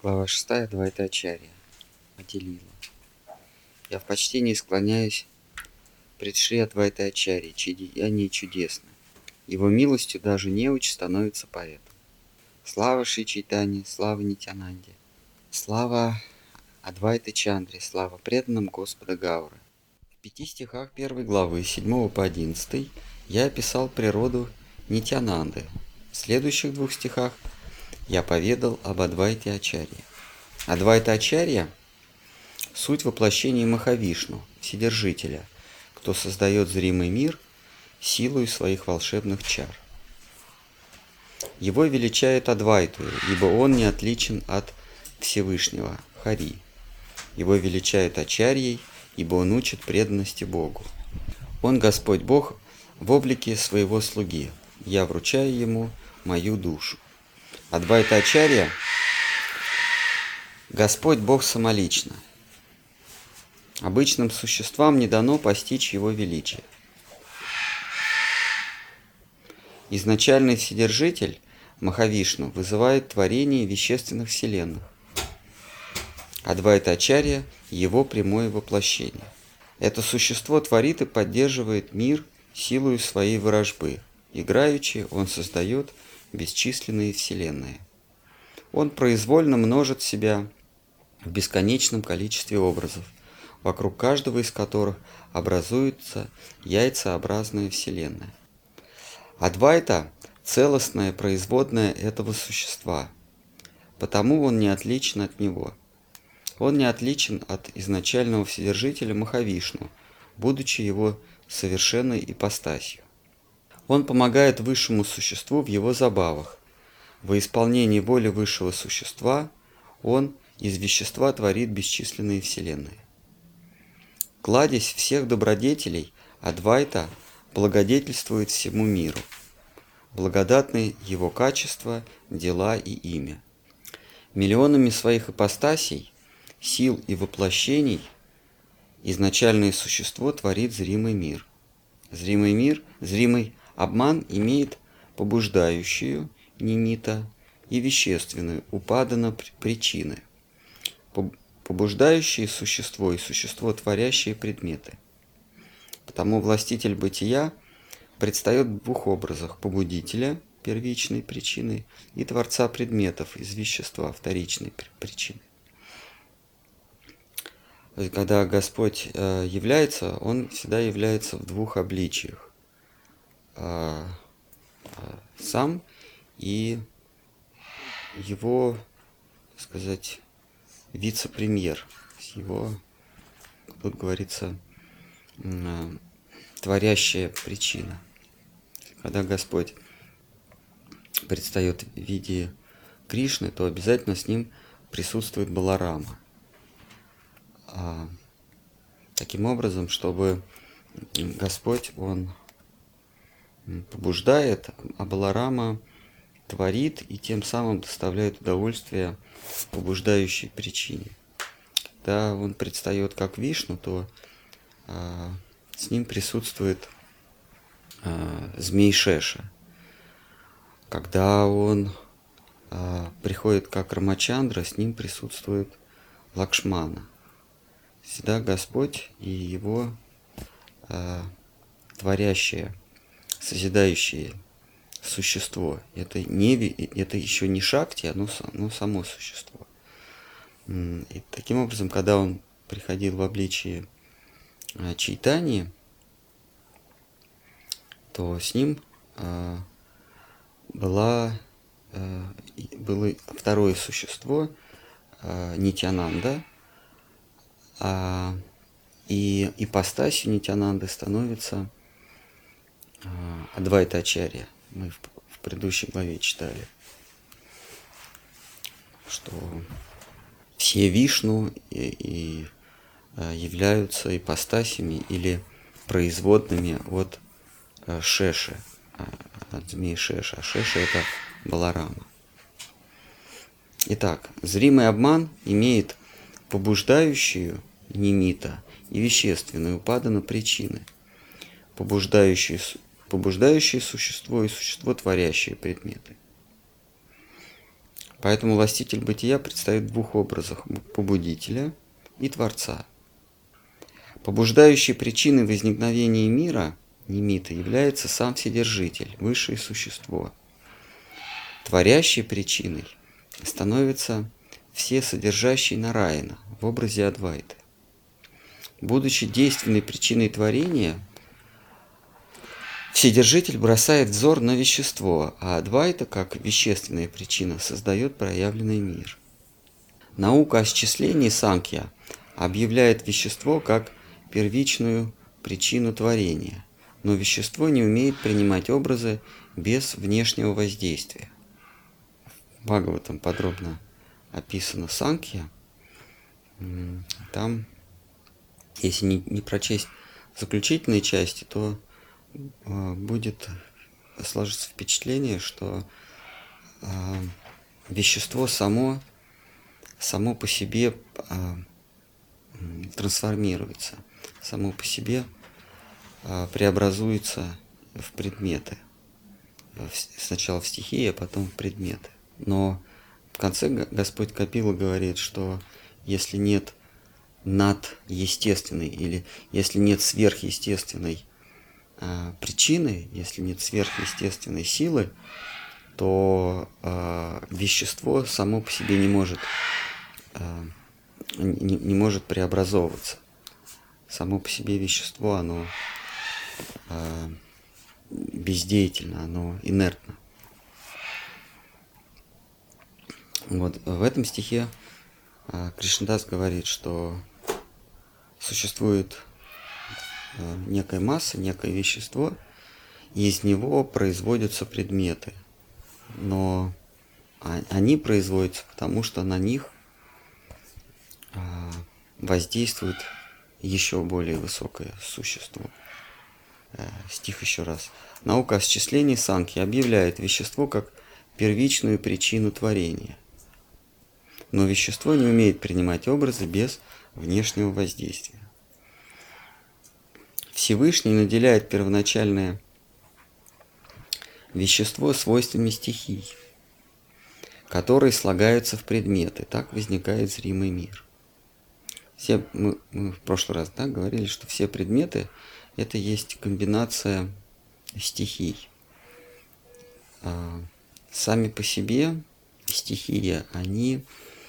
Глава 6. Адвайтачарья. Аделила. Я в почтении склоняюсь пред Шри Адвайтачарьей, чьи деяния чудесны. Его милостью даже неуч становится поэтом. Слава Шри Чайтанье, слава Нитянанде, слава Адвайта Чандре, слава преданным Господа Гауры. В 5 стихах 1 главы 7 по 11 я описал природу Нитянанды. В следующих 2 стихах я поведал об Адвайте Ачарье. Адвайта Ачарья – суть воплощения Махавишну, Вседержителя, кто создает зримый мир силой своих волшебных чар. Его величает Адвайту, ибо он не отличен от Всевышнего, Хари. Его величает Ачарьей, ибо он учит преданности Богу. Он Господь Бог в облике своего слуги. Я вручаю ему мою душу. Адвайта Ачарья – Господь Бог самолично. Обычным существам не дано постичь Его величие. Изначальный Вседержитель, Махавишну, вызывает творение вещественных вселенных. Адвайта Ачарья – Его прямое воплощение. Это существо творит и поддерживает мир силою своей ворожбы. Играючи, он создает бесчисленные вселенные. Он произвольно множит себя в бесконечном количестве образов, вокруг каждого из которых образуется яйцеобразная вселенная. Адвайта – целостная производная этого существа, потому он не отличен от него. Он не отличен от изначального Вседержителя Махавишну, будучи его совершенной ипостасью. Он помогает высшему существу в его забавах. Во исполнении воли высшего существа он из вещества творит бесчисленные вселенные. Кладезь всех добродетелей, Адвайта благодетельствует всему миру. Благодатны его качества, дела и имя. Миллионами своих ипостасей, сил и воплощений изначальное существо творит зримый мир. Зримый обман имеет побуждающую, нимита, и вещественную, упадана причины. Побуждающее существо и существо, творящие предметы. Потому властитель бытия предстает в 2 образах: побудителя, первичной причины, и творца предметов из вещества, вторичной причины. Когда Господь является, Он всегда является в 2 обличиях. Сам и его, так сказать, вице-премьер, его, тут говорится, творящая причина. Когда Господь предстает в виде Кришны, то обязательно с ним присутствует Баларама. Таким образом, чтобы Господь, Он побуждает, а Баларама творит и тем самым доставляет удовольствие побуждающей причине. Когда он предстает как Вишну, то с ним присутствует змей Шеша. Когда он приходит как Рамачандра, с ним присутствует Лакшмана. Всегда Господь и его творящее, созидающее существо. Это еще не Шакти, но само существо. И таким образом, когда он приходил в обличие Чайтаньи, то с ним было 2 существо, Нитянанда, и ипостасью Нитянанды становится Адвайта Ачарья. Мы в предыдущей главе читали, что все Вишну и являются ипостасями или производными от Шеши, от змеи Шеша. А Шеша – это Баларама. Итак, зримый обман имеет побуждающую нимита и вещественную упадана причины, побуждающее существо и существо, творящие предметы. Поэтому властитель бытия предстает в двух образах: побудителя и творца. Побуждающей причиной возникновения мира, нимита, является сам Вседержитель, высшее существо. Творящей причиной становится всесодержащий Нараяна в образе Адвайты. Будучи действенной причиной творения, Вседержитель бросает взор на вещество, а Адвайта, как вещественная причина, создает проявленный мир. Наука о счислении Санкья объявляет вещество как первичную причину творения, но вещество не умеет принимать образы без внешнего воздействия. В Бхагаватам подробно описано Санкья. Там, если не прочесть заключительные части, то будет сложиться впечатление, что вещество само по себе трансформируется, само по себе преобразуется в предметы. Сначала в стихии, а потом в предметы. Но в конце Господь Капила говорит, что если нет надъестественной или если нет сверхъестественной причины, если нет сверхъестественной силы, то вещество само по себе не может преобразовываться. Само по себе вещество, оно бездеятельно, оно инертно. Вот в этом стихе Кришнадас говорит, что существует некая масса, некое вещество, и из него производятся предметы. Но они производятся, потому что на них воздействует еще более высокое существо. Стих еще раз. Наука о счислении Санкьи объявляет вещество как первичную причину творения. Но вещество не умеет принимать образы без внешнего воздействия. Всевышний наделяет первоначальное вещество свойствами стихий, которые слагаются в предметы. Так возникает зримый мир. Мы в прошлый раз говорили, что все предметы – это есть комбинация стихий. Сами по себе стихии, они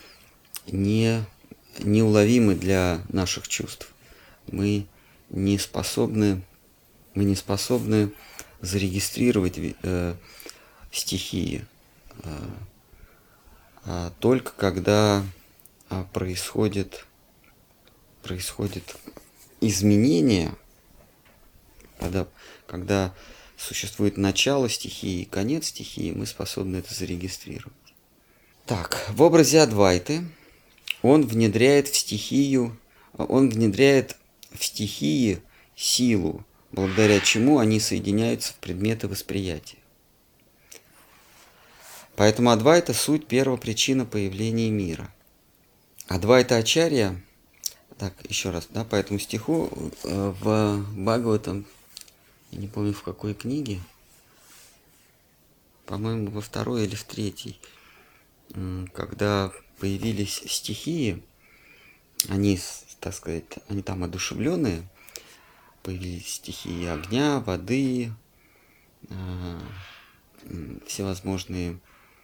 неуловимы для наших чувств. Мы не способны зарегистрировать стихии, только когда происходит изменение, когда существует начало стихии и конец стихии, мы способны это зарегистрировать. Так, в образе Адвайты он внедряет в стихии силу, благодаря чему они соединяются в предметы восприятия. Поэтому Адвайта – суть первопричина появления мира. Адвайта Ачарья, так, еще раз, по этому стиху в Бхагаватам, я не помню в какой книге, по-моему, во второй или в третьей, когда появились стихии, они, так сказать, они там одушевленные, появились стихии огня, воды, всевозможные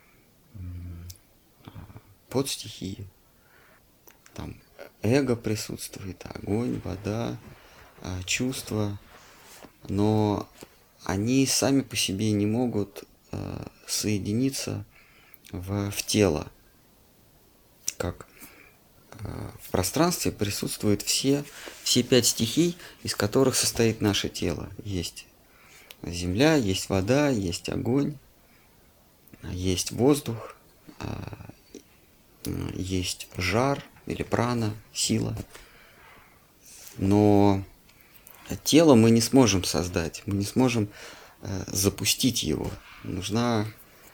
подстихии. Там эго присутствует, огонь, вода, чувства, но они сами по себе не могут соединиться в тело. Как в пространстве присутствуют все 5 стихий, из которых состоит наше тело. Есть земля, есть вода, есть огонь, есть воздух, есть жар или прана, сила. Но тело мы не сможем создать, мы не сможем запустить его. Нужна,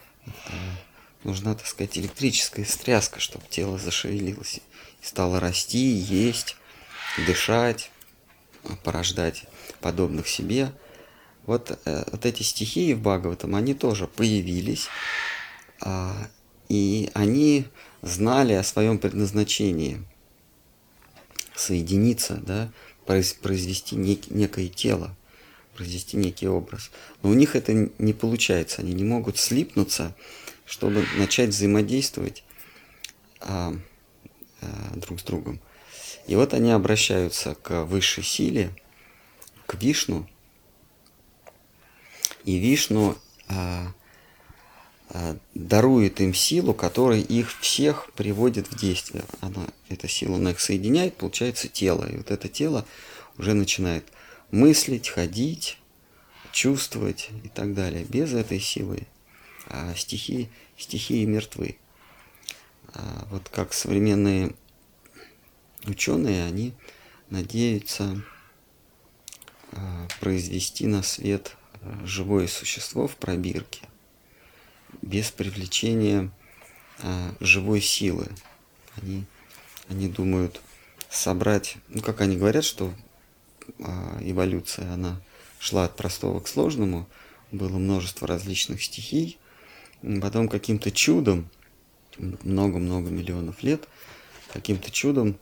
так сказать, электрическая встряска, чтобы тело зашевелилось и стало расти, есть, дышать, порождать подобных себе. Вот эти стихии в Бхагаватам, они тоже появились, И они знали о своем предназначении соединиться, да, произвести некое тело, произвести некий образ. Но у них это не получается, они не могут слипнуться, чтобы начать взаимодействовать друг с другом. И вот они обращаются к высшей силе, к Вишну, и Вишну дарует им силу, которая их всех приводит в действие. Эта сила, она их соединяет, получается тело. И вот это тело уже начинает мыслить, ходить, чувствовать и так далее. Без этой силы стихии мертвы. Вот как современные ученые, они надеются произвести на свет живое существо в пробирке без привлечения живой силы. Они думают собрать, как они говорят, что эволюция, она шла от простого к сложному, было множество различных стихий, потом каким-то чудом, много-много миллионов лет, каким-то чудом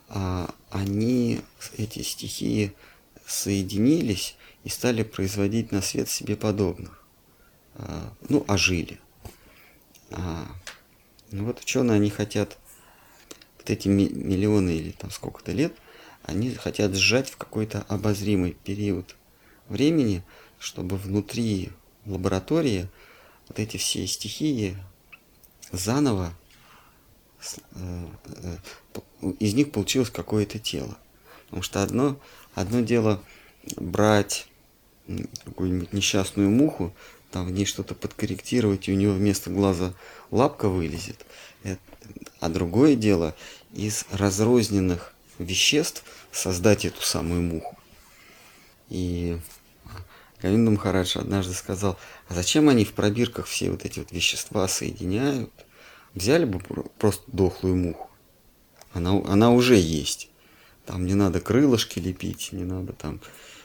эти стихии соединились и стали производить на свет себе подобных. Ожили. Вот ученые, они хотят вот эти миллионы или там сколько-то лет, они хотят сжать в какой-то обозримый период времени, чтобы внутри лаборатории вот эти все стихии заново из них получилось какое-то тело. Потому что одно дело брать какую-нибудь несчастную муху, там в ней что-то подкорректировать, и у нее вместо глаза лапка вылезет. А другое дело из разрозненных веществ создать эту самую муху. И Говинда Махарадж однажды сказал: а зачем они в пробирках все вот эти вот вещества соединяют? Взяли бы просто дохлую муху. Она уже есть. Там не надо крылышки лепить, не надо там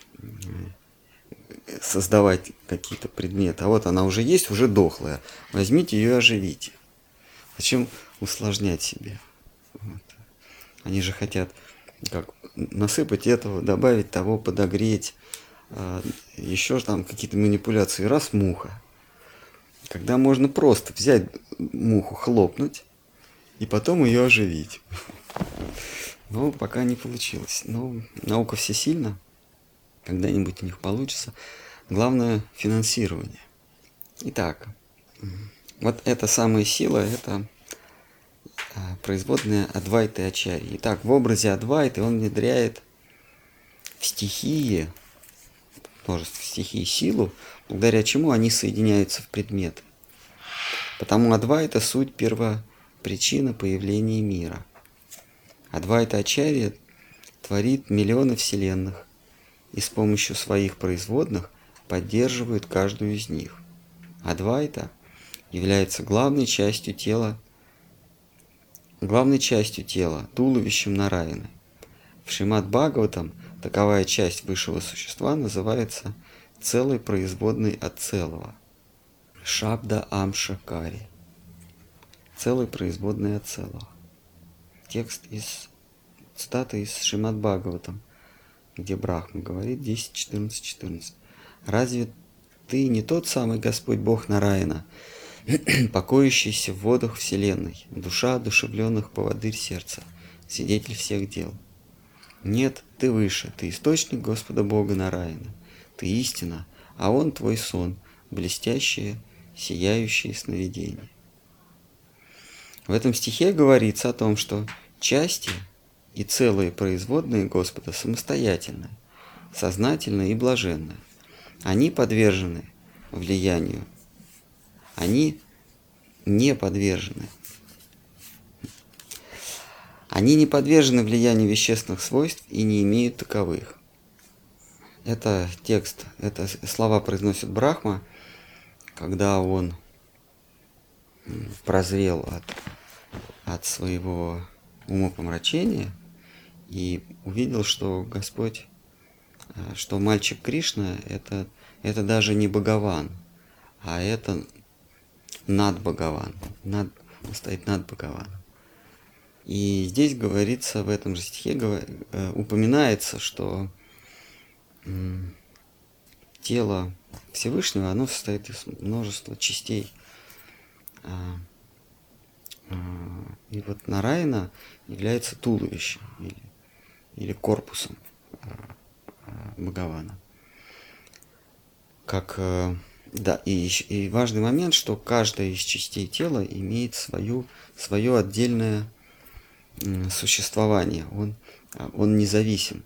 создавать какие-то предметы. А вот она уже есть, уже дохлая. Возьмите ее и оживите. Зачем усложнять себе? Вот. Они же хотят насыпать этого, добавить того, подогреть. Еще там какие-то манипуляции. Раз муха. Когда можно просто взять муху, хлопнуть, и потом ее оживить. Но пока не получилось. Но наука всесильна. Когда-нибудь у них получится. Главное – финансирование. Итак, вот эта самая сила – это производная Адвайты Ачарьи. Итак, в образе Адвайты он внедряет в стихии, множество стихий, силу, благодаря чему они соединяются в предметы. Потому Адвайта – суть первопричина появления мира. Адвайта Ачарья творит миллионы вселенных и с помощью своих производных поддерживает каждую из них. Адвайта является главной частью тела, туловищем Нараяны. В Шримад Бхагаватам таковая часть высшего существа называется целой производной от целого. Шабда Амшакари. Целой производной от целого. Цитата из Шримад Бхагаватам, где Брахма говорит 10.14.14. Разве ты не тот самый Господь Бог Нараяна, покоящийся в водах вселенной, душа одушевленных поводырь сердца, свидетель всех дел? Нет, ты выше, ты источник Господа Бога Нараяна, ты истина, а он твой сон, блестящее, сияющее сновидение. В этом стихе говорится о том, что части и целые производные Господа самостоятельны, сознательны и блаженны. Они подвержены влиянию. Они не подвержены. Они не подвержены влиянию вещественных свойств и не имеют таковых. Это текст, это слова произносит Брахма, когда он прозрел от своего умопомрачения и увидел, что Господь, что мальчик Кришна это даже не Бхагаван, а это над Бхагаван, Он стоит над Бхагаваном. И здесь говорится, в этом же стихе упоминается, что тело Всевышнего, оно состоит из множества частей. И вот Нараяна является туловищем или корпусом Бхагавана. Да, и важный момент, что каждая из частей тела имеет свое отдельное существование. Он независим.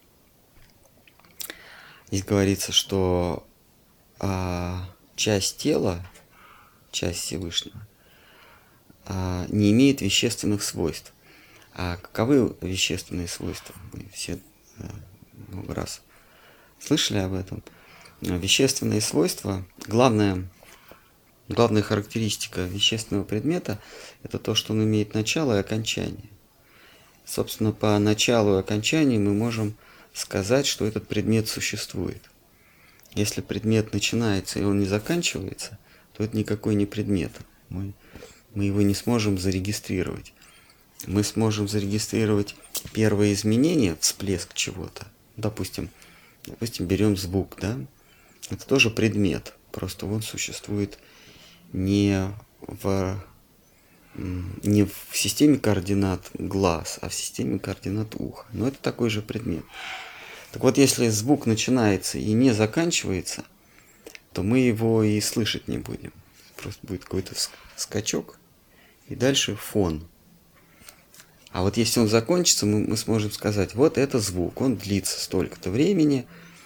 Здесь говорится, что часть тела, часть Всевышнего, не имеет вещественных свойств. А каковы вещественные свойства? Мы все много раз слышали об этом. Вещественные свойства, главная характеристика вещественного предмета – это то, что он имеет начало и окончание. Собственно, по началу и окончанию мы можем сказать, что этот предмет существует. Если предмет начинается и он не заканчивается, то это никакой не предмет. Мы его не сможем зарегистрировать. Мы сможем зарегистрировать первое изменение, всплеск чего-то. Допустим, берем звук, да? Это тоже предмет, просто он существует не в системе координат глаз, а в системе координат уха. Но это такой же предмет. Так вот, если звук начинается и не заканчивается, то мы его и слышать не будем. Просто будет какой-то скачок, и дальше фон. А вот если он закончится, мы сможем сказать, вот это звук, он длится столько-то времени,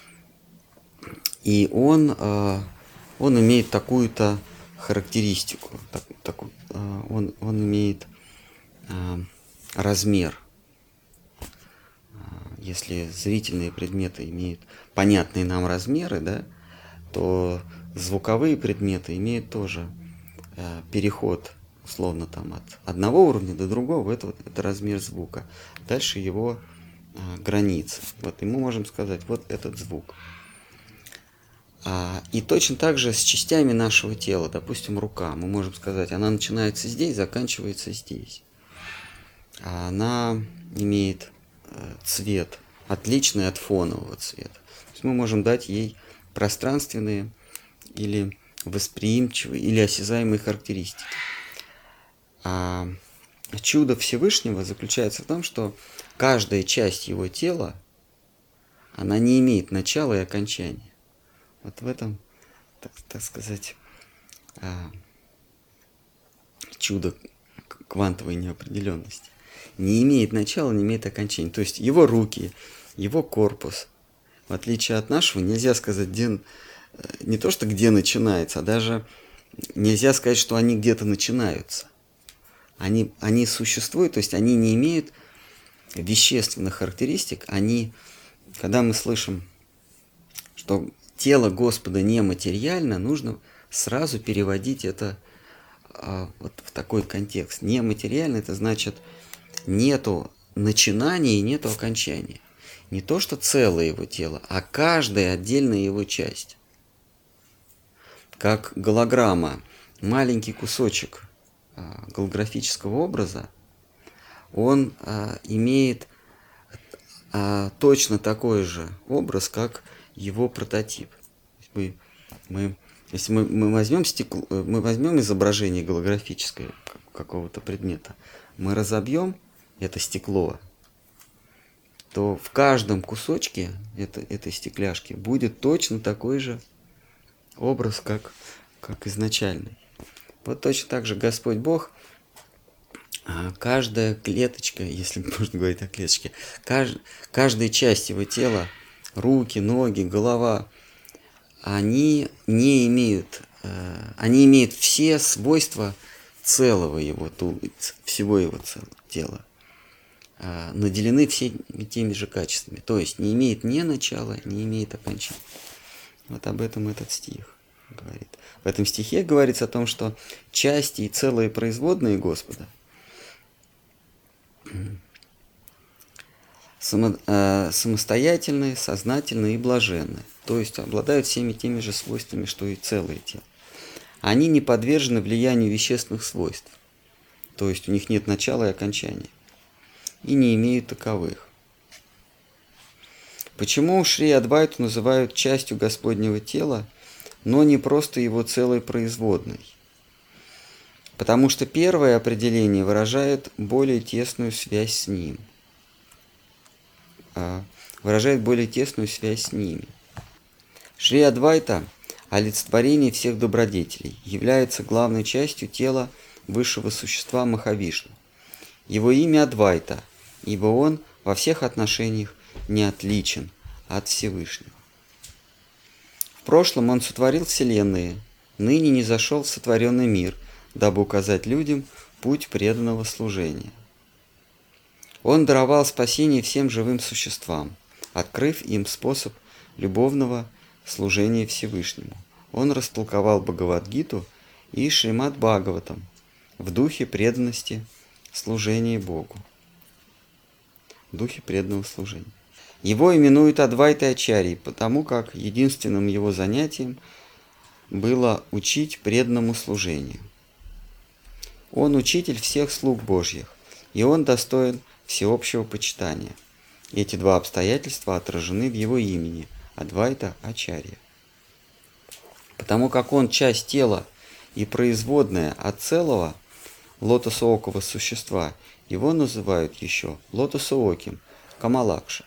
и он имеет такую-то характеристику, он имеет размер. Если зрительные предметы имеют понятные нам размеры, да, то звуковые предметы имеют тоже переход, условно, там, от одного уровня до другого, это размер звука. Дальше его границы. Вот, и мы можем сказать, вот этот звук. И точно так же с частями нашего тела, допустим, рука. Мы можем сказать, она начинается здесь, заканчивается здесь. Она имеет цвет, отличный от фонового цвета. То есть мы можем дать ей пространственные или восприимчивые, или осязаемые характеристики. А чудо Всевышнего заключается в том, что каждая часть его тела, она не имеет начала и окончания. Вот в этом, так сказать, чудо квантовой неопределенности. Не имеет начала, не имеет окончания. То есть его руки, его корпус, в отличие от нашего, нельзя сказать, не то, что где начинается, а даже нельзя сказать, что они где-то начинаются. Они существуют, то есть они не имеют вещественных характеристик. Когда мы слышим, что тело Господа нематериально, нужно сразу переводить это вот в такой контекст. Нематериально – это значит, нету начинания и нету окончания. Не то, что целое его тело, а каждая отдельная его часть. Как голограмма, маленький кусочек голографического образа, он имеет точно такой же образ, как его прототип. Если мы возьмем стекло, мы возьмем изображение голографическое какого-то предмета, мы разобьем это стекло, то в каждом кусочке этой стекляшки будет точно такой же образ, как изначальный. Вот точно так же Господь Бог, каждая клеточка, если можно говорить о клеточке, каждая часть его тела, руки, ноги, голова, они имеют все свойства целого его, всего его тела, наделены всеми теми же качествами. То есть не имеет ни начала, не имеет окончания. Вот об этом этот стих говорит. В этом стихе говорится о том, что части и целые производные Господа самостоятельные, сознательные и блаженные. То есть обладают всеми теми же свойствами, что и целое тело. Они не подвержены влиянию вещественных свойств. то есть у них нет начала и окончания, и не имеют таковых. Почему Шри Адвайту называют частью Господнего тела, но не просто его целой производной? Потому что первое определение выражает более тесную связь с ним. Шри Адвайта, олицетворение всех добродетелей, является главной частью тела высшего существа Махавишну. Его имя Адвайта, ибо он во всех отношениях не отличен от Всевышнего. В прошлом он сотворил вселенные, ныне низошел в сотворенный мир, дабы указать людям путь преданного служения. Он даровал спасение всем живым существам, открыв им способ любовного служения Всевышнему. Он растолковал Бхагавад-гиту и Шримад Бхагаватам в духе преданности служения Богу. В духе преданного служения. Его именуют Адвайта Ачарьей, потому как единственным его занятием было учить преданному служению. Он учитель всех слуг Божьих, и он достоин всеобщего почитания. Эти два обстоятельства отражены в его имени – Адвайта Ачарья. Потому как он часть тела и производная от целого лотосоокого существа, его называют еще лотосооким – Камалакша.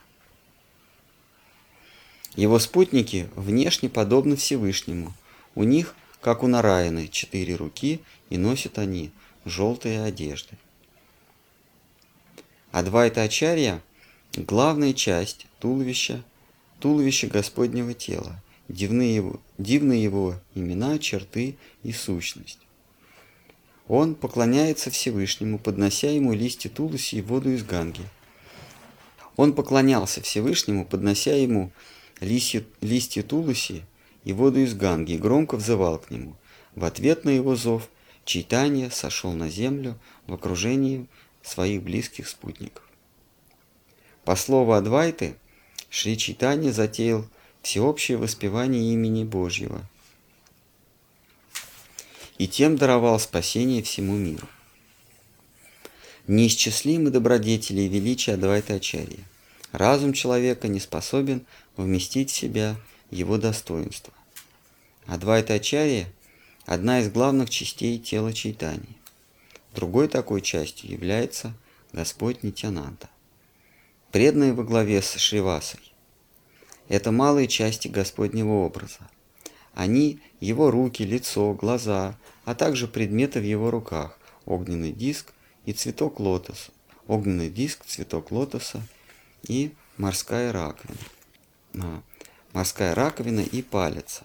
Его спутники внешне подобны Всевышнему. У них, как у Нараяны, 4 руки, и носят они желтые одежды. Адвайта Ачарья – главная часть туловища Господнего тела, дивны его имена, черты и сущность. Он поклоняется Всевышнему, поднося ему листья туласи и воду из Ганги. Он поклонялся Всевышнему, поднося ему листья туласи и воду из Ганги, и громко взывал к нему. В ответ на его зов Чайтанья сошел на землю в окружении своих близких спутников. По слову Адвайты, Шри Чайтанья затеял всеобщее воспевание имени Божьего и тем даровал спасение всему миру. Неисчислимы добродетели и величие Адвайты Ачарьи. Разум человека не способен вместить в себя его достоинства. Адвайта Ачарья – одна из главных частей тела Чайтаньи. Другой такой частью является Господь Нитьянанда, преданный во главе с Шривасой. Это малые части Господнего образа. Они – его руки, лицо, глаза, а также предметы в его руках – огненный диск и цветок лотоса, и морская раковина и палец.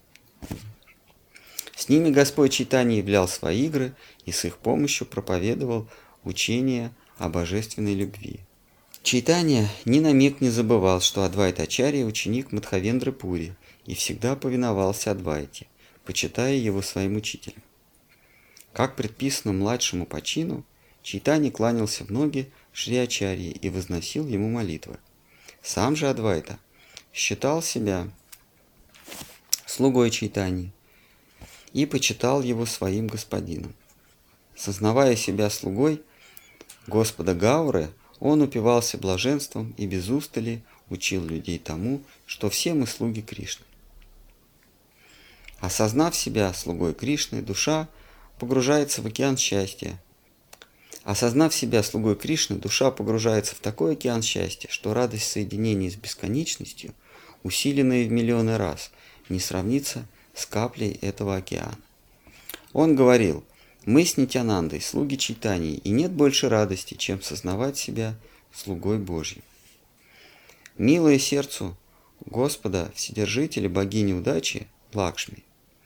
С ними Господь Чайтанья являл свои игры и с их помощью проповедовал учение о божественной любви. Чайтанья ни на миг не забывал, что Адвайта Ачарья – ученик Мадхавендры Пури и всегда повиновался Адвайте, почитая его своим учителем. Как предписано младшему по чину, Чайтанья кланялся в ноги Шри Ачарьи и возносил ему молитвы. Сам же Адвайта считал себя слугой Чайтаньи и почитал его своим господином. Сознавая себя слугой Господа Гауры, он упивался блаженством и без устали учил людей тому, что все мы слуги Кришны. Осознав себя слугой Кришны, душа погружается в океан счастья. Осознав себя слугой Кришны, душа погружается в такой океан счастья, что радость соединения с бесконечностью, усиленная в миллионы раз, не сравнится с каплей этого океана. Он говорил: «Мы с Нитьянандой слуги Чайтаньи, и нет больше радости, чем сознавать себя слугой Божьим». Милое сердцу Господа, Вседержителя, богини удачи, Лакшми,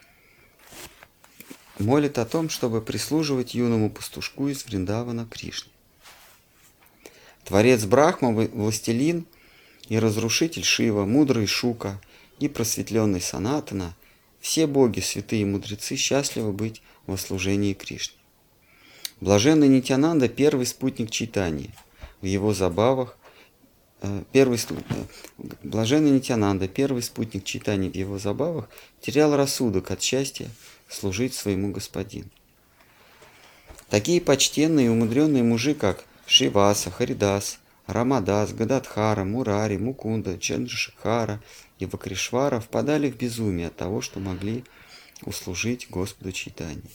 молит о том, чтобы прислуживать юному пастушку из Вриндавана Кришне. Творец Брахма, властелин и разрушитель Шива, мудрый Шука и просветленный Санатана, все боги, святые и мудрецы счастливы быть во служении Кришне. Блаженный Нитьянанда – первый спутник Чайтаньи. В его забавах Блаженный Нитьянанда, первый спутник Чайтаньи, в его забавах терял рассудок от счастья служить своему господину. Такие почтенные и умудренные мужи, как Шриваса, Харидас, Рамадас, Гададхара, Мурари, Мукунда, Чандрашикхара и Вакришвара впадали в безумие от того, что могли услужить Господу Чайтанье.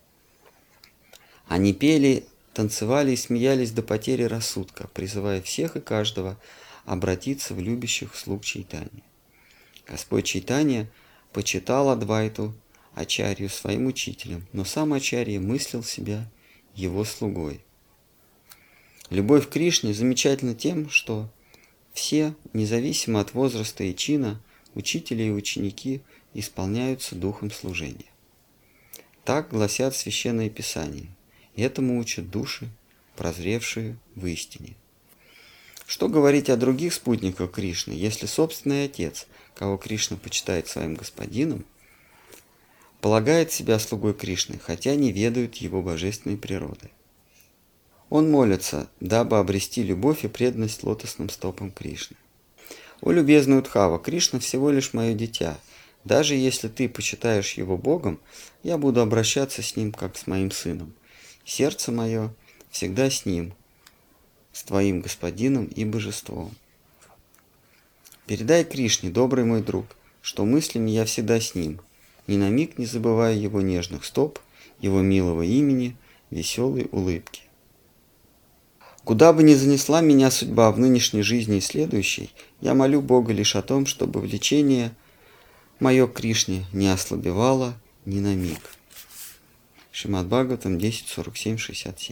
Они пели, танцевали и смеялись до потери рассудка, призывая всех и каждого обратиться в любящих слуг Чайтаньи. Господь Чайтанья почитал Адвайту Ачарью своим учителем, но сам Ачарья мыслил себя его слугой. Любовь к Кришне замечательна тем, что все, независимо от возраста и чина, учители и ученики исполняются духом служения. Так гласят священные писания, и этому учат души, прозревшие в истине. Что говорить о других спутниках Кришны, если собственный отец, кого Кришна почитает своим господином, полагает себя слугой Кришны, хотя не ведают его божественной природы. Он молится, дабы обрести любовь и преданность лотосным стопам Кришны. О, любезный Удхава, Кришна всего лишь мое дитя. Даже если ты почитаешь его Богом, я буду обращаться с ним, как с моим сыном. Сердце мое всегда с ним, с твоим господином и божеством. Передай Кришне, добрый мой друг, что мыслями я всегда с ним, ни на миг не забывая его нежных стоп, его милого имени, веселой улыбки. Куда бы ни занесла меня судьба в нынешней жизни и следующей, я молю Бога лишь о том, чтобы влечение мое к Кришне не ослабевало ни на миг. Шримад Бхагаватам 10.47-67.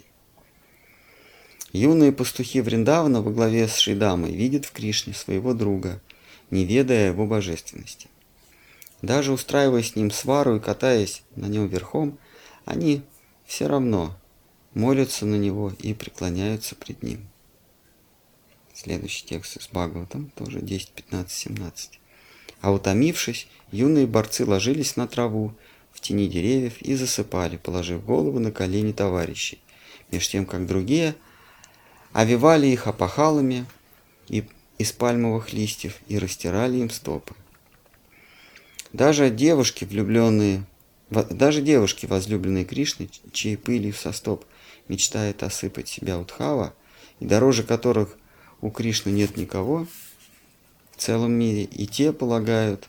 Юные пастухи Вриндавана во главе с Шридамой видят в Кришне своего друга, не ведая его божественности. Даже устраивая с ним свару и катаясь на нем верхом, они все равно молятся на него и преклоняются пред ним. Следующий текст из Бхагаватам, тоже 10.15-17. А утомившись, юные борцы ложились на траву в тени деревьев и засыпали, положив голову на колени товарищей, меж тем, как другие овивали их опахалами из пальмовых листьев и растирали им стопы. Даже девушки, возлюбленные Кришны, чьей пылью со стоп мечтает осыпать себя Удхава, и дороже которых у Кришны нет никого в целом мире, и те полагают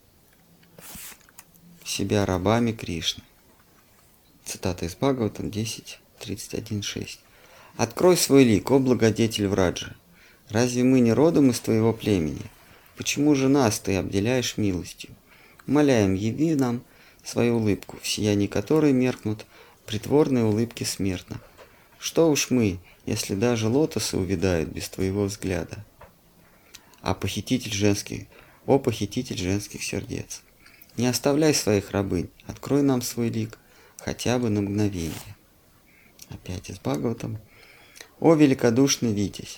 себя рабами Кришны. Цитата из Бхагаватам 10.31.6. «Открой свой лик, о благодетель Враджа! Разве мы не родом из твоего племени? Почему же нас ты обделяешь милостью? Умоляем, яви нам свою улыбку, в сиянии которой меркнут притворные улыбки смертных. Что уж мы, если даже лотосы увядают без твоего взгляда? О похититель женских сердец! Не оставляй своих рабынь, открой нам свой лик, хотя бы на мгновение». Опять из Бхагаватам. «О великодушный Витязь!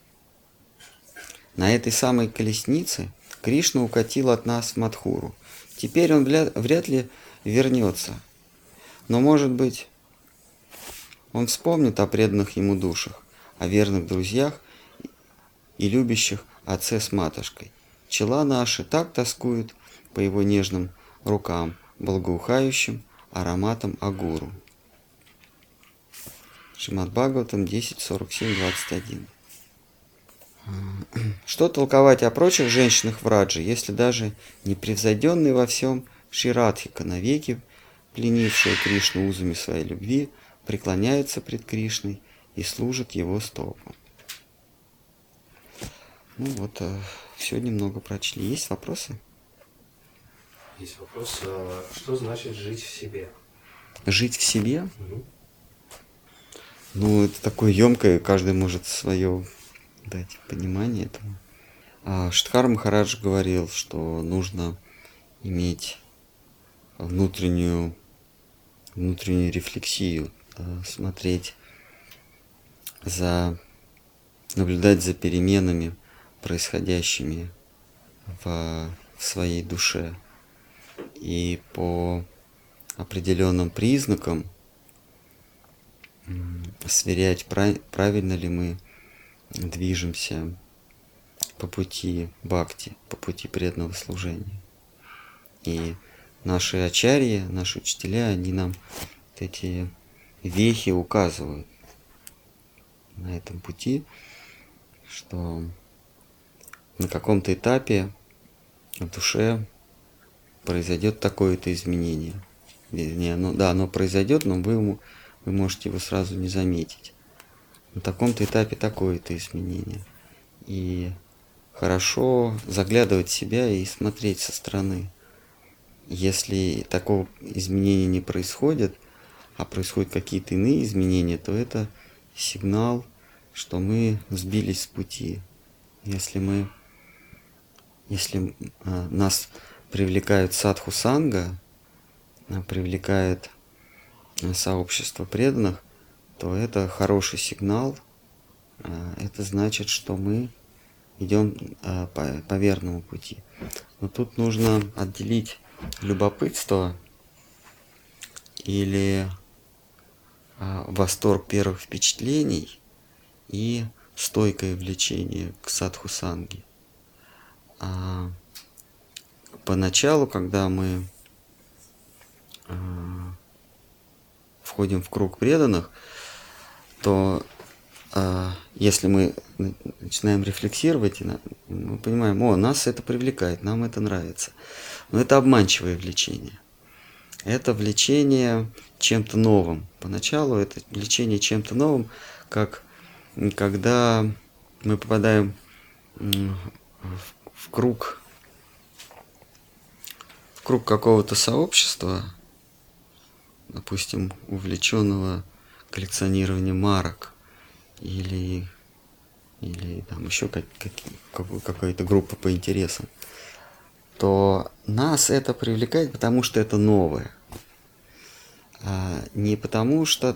На этой самой колеснице Кришна укатил от нас в Мадхуру. Теперь он вряд ли вернется, но, может быть, он вспомнит о преданных ему душах, о верных друзьях и любящих отце с матушкой. Чела наши так тоскуют по его нежным рукам, благоухающим ароматом агуру». Шримад Бхагаватам 10.47-21. Что толковать о прочих женщинах Враджи, если даже непревзойденный во всем Шри Радхика, навеки пленившая Кришну узами своей любви, преклоняется пред Кришной и служит его стопам? Ну вот, сегодня много прочли. Есть вопросы? Есть вопрос, что значит жить в себе? Жить в себе? Угу. Ну, это такое емкое, каждый может свое дать понимание этому. Штхар Махарадж говорил, что нужно иметь внутреннюю рефлексию, смотреть наблюдать за переменами, происходящими в своей душе. И по определенным признакам сверять, правильно ли мы движемся по пути бхакти, по пути преданного служения. И наши ачарьи, наши учителя, они нам эти вехи указывают на этом пути, что на каком-то этапе в душе произойдет такое-то изменение. Вернее, оно произойдет, но вы можете его сразу не заметить. На таком-то этапе такое-то изменение. И хорошо заглядывать в себя и смотреть со стороны. Если такого изменения не происходит, а происходят какие-то иные изменения, то это сигнал, что мы сбились с пути. Если нас привлекают садху санга, привлекает сообщество преданных, то это хороший сигнал. Это значит, что мы идем по верному пути. Но тут нужно отделить любопытство или восторг первых впечатлений и стойкое влечение к садху-санге. Поначалу, когда мы входим в круг преданных, то если мы начинаем рефлексировать, мы понимаем, нас это привлекает, нам это нравится. Но это обманчивое влечение. Это влечение чем-то новым. Поначалу это влечение чем-то новым, как когда мы попадаем в круг какого-то сообщества, допустим, увлеченного коллекционированием марок, или там еще какая-то группа по интересам, то нас это привлекает, потому что это новое. Не потому что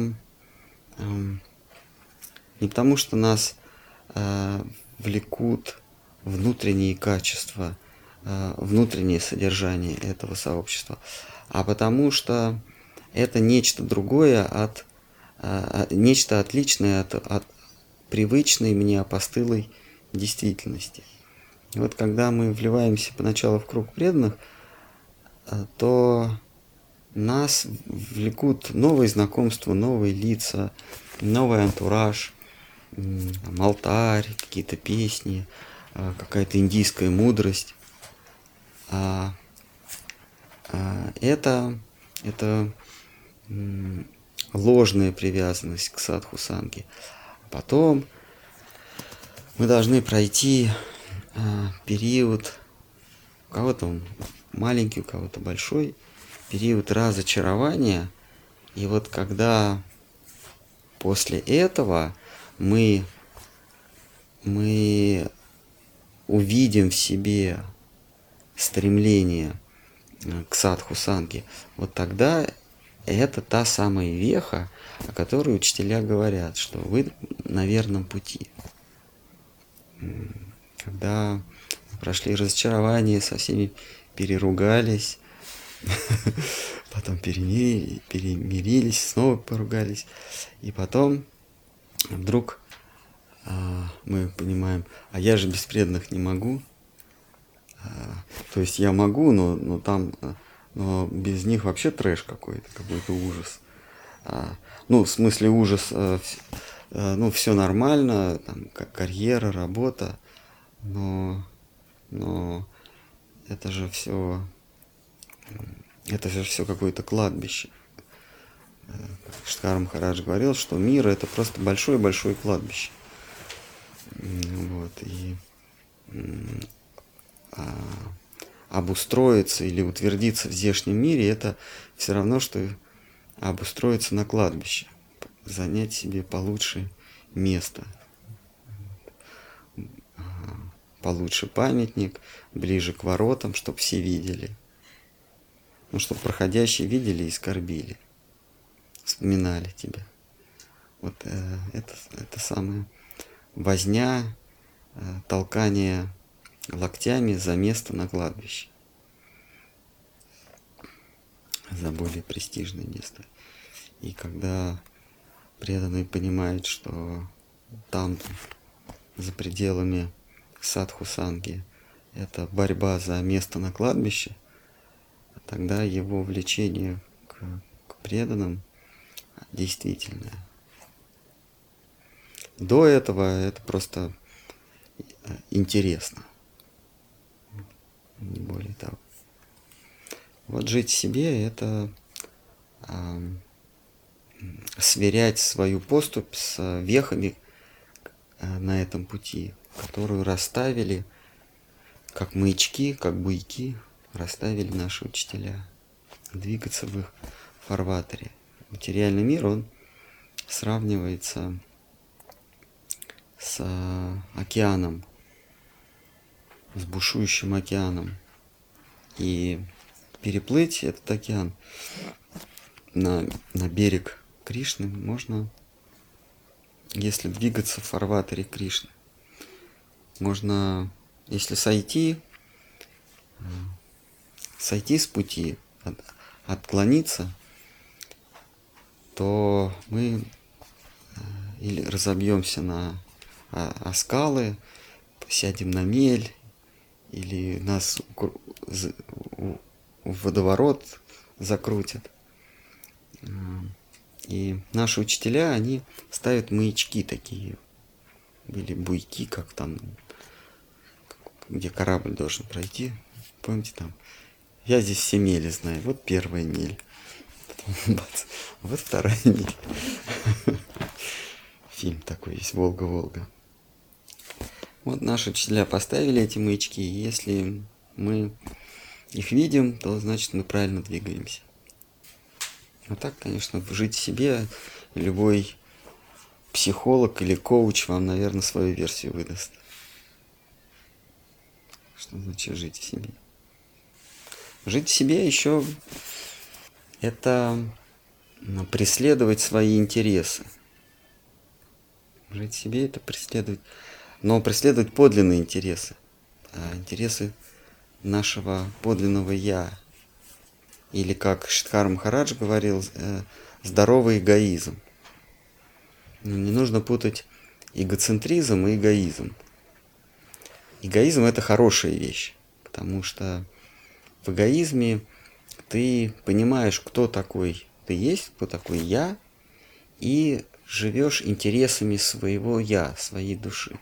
не потому что нас влекут внутренние качества, внутреннее содержание этого сообщества, а потому что это нечто другое нечто отличное от привычной мне опостылой действительности. И вот когда мы вливаемся поначалу в круг преданных, то нас влекут новые знакомства, новые лица, новый антураж, алтарь, какие-то песни, какая-то индийская мудрость. Это ложная привязанность к садху-санге. Потом мы должны пройти период, у кого-то он маленький, у кого-то большой, период разочарования. И вот когда после этого мы увидим в себе стремление к садху-санге, вот тогда это та самая веха, о которой учителя говорят, что вы на верном пути. Когда прошли разочарование, со всеми переругались, потом перемирились, снова поругались, и потом вдруг мы понимаем, я же без преданных не могу. То есть я могу, но без них вообще трэш какой-то ужас. В смысле ужас, все нормально, там, карьера, работа, но это же все какое-то кладбище. Штхар Махарадж говорил, что мир — это просто большое-большое кладбище. Вот, и обустроиться или утвердиться в здешнем мире — это все равно, что обустроиться на кладбище, занять себе получше место, получше памятник, ближе к воротам, чтобы все видели, чтобы проходящие видели и скорбили, вспоминали тебя. Вот это самое возня, толкание локтями за место на кладбище, за более престижное место. И когда преданный понимает, что там, за пределами садху-санги, это борьба за место на кладбище, тогда его влечение к преданным действительное. До этого это просто интересно. Не более того. Вот жить в себе — это сверять свою поступь с вехами на этом пути, которую расставили, как маячки, как буйки, расставили наши учителя. Двигаться в их фарватере. Материальный мир, он сравнивается с океаном, с бушующим океаном. И переплыть этот океан на берег Кришны можно, если двигаться в фарватере Кришны. Можно, если сойти с пути, отклониться, то мы или разобьемся о скалы, сядем на мель, или нас в водоворот закрутят. И наши учителя, они ставят маячки такие, или буйки, как там, где корабль должен пройти. Помните, там, я здесь все мели знаю, вот первая мель, потом, бац, вот вторая мель. Фильм такой есть, «Волга-Волга». Вот наши учителя поставили эти маячки, и если мы их видим, то значит мы правильно двигаемся. А так, конечно, жить в себе любой психолог или коуч вам, наверное, свою версию выдаст. Что значит жить в себе? Жить в себе еще это преследовать свои интересы. Жить в себе это преследовать, но преследовать подлинные интересы. Интересы нашего подлинного «я». Или, как Шридхар Махарадж говорил, здоровый эгоизм. Не нужно путать эгоцентризм и эгоизм. Эгоизм — это хорошая вещь, потому что в эгоизме ты понимаешь, кто такой ты есть, кто такой я, и живешь интересами своего я, своей души.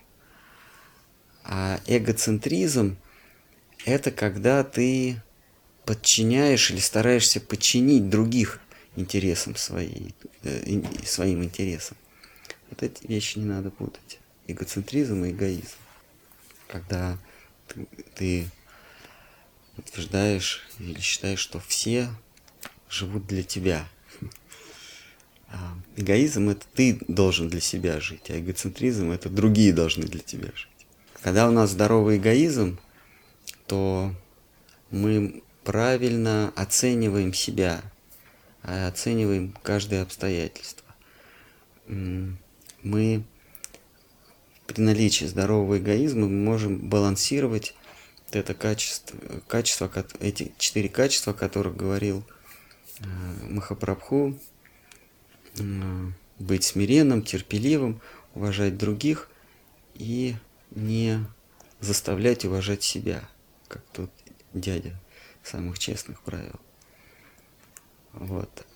А эгоцентризм — это когда ты подчиняешь или стараешься подчинить других интересам своим интересам. Вот эти вещи не надо путать. Эгоцентризм и эгоизм. Когда ты утверждаешь или считаешь, что все живут для тебя. А эгоизм — это ты должен для себя жить, а эгоцентризм — это другие должны для тебя жить. Когда у нас здоровый эгоизм, то мы правильно оцениваем себя, оцениваем каждое обстоятельство. Мы при наличии здорового эгоизма мы можем балансировать это качество, эти 4 качества, о которых говорил Махапрабху: быть смиренным, терпеливым, уважать других и не заставлять уважать себя, как тот дядя самых честных правил. Вот.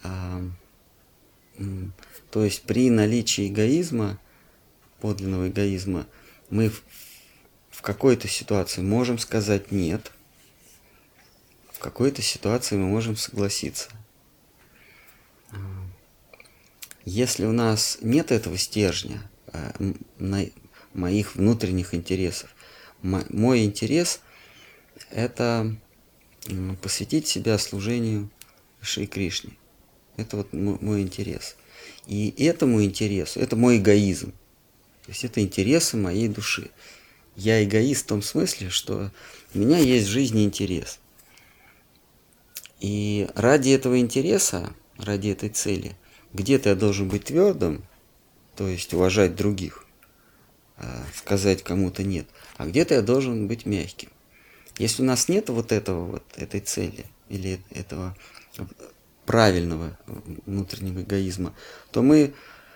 То есть при наличии эгоизма, подлинного эгоизма, мы в какой-то ситуации можем сказать «нет», в какой-то ситуации мы можем согласиться. Если у нас нет этого стержня, моих внутренних интересов, мой интерес — это посвятить себя служению Шри Кришне. Это вот мой интерес. И этому интересу, это мой эгоизм. То есть это интересы моей души. Я эгоист в том смысле, что у меня есть в жизни интерес. И ради этого интереса, ради этой цели, где-то я должен быть твердым, то есть уважать других, сказать кому-то нет, а где-то я должен быть мягким. Если у нас нет вот этой цели или этого правильного внутреннего эгоизма, то мы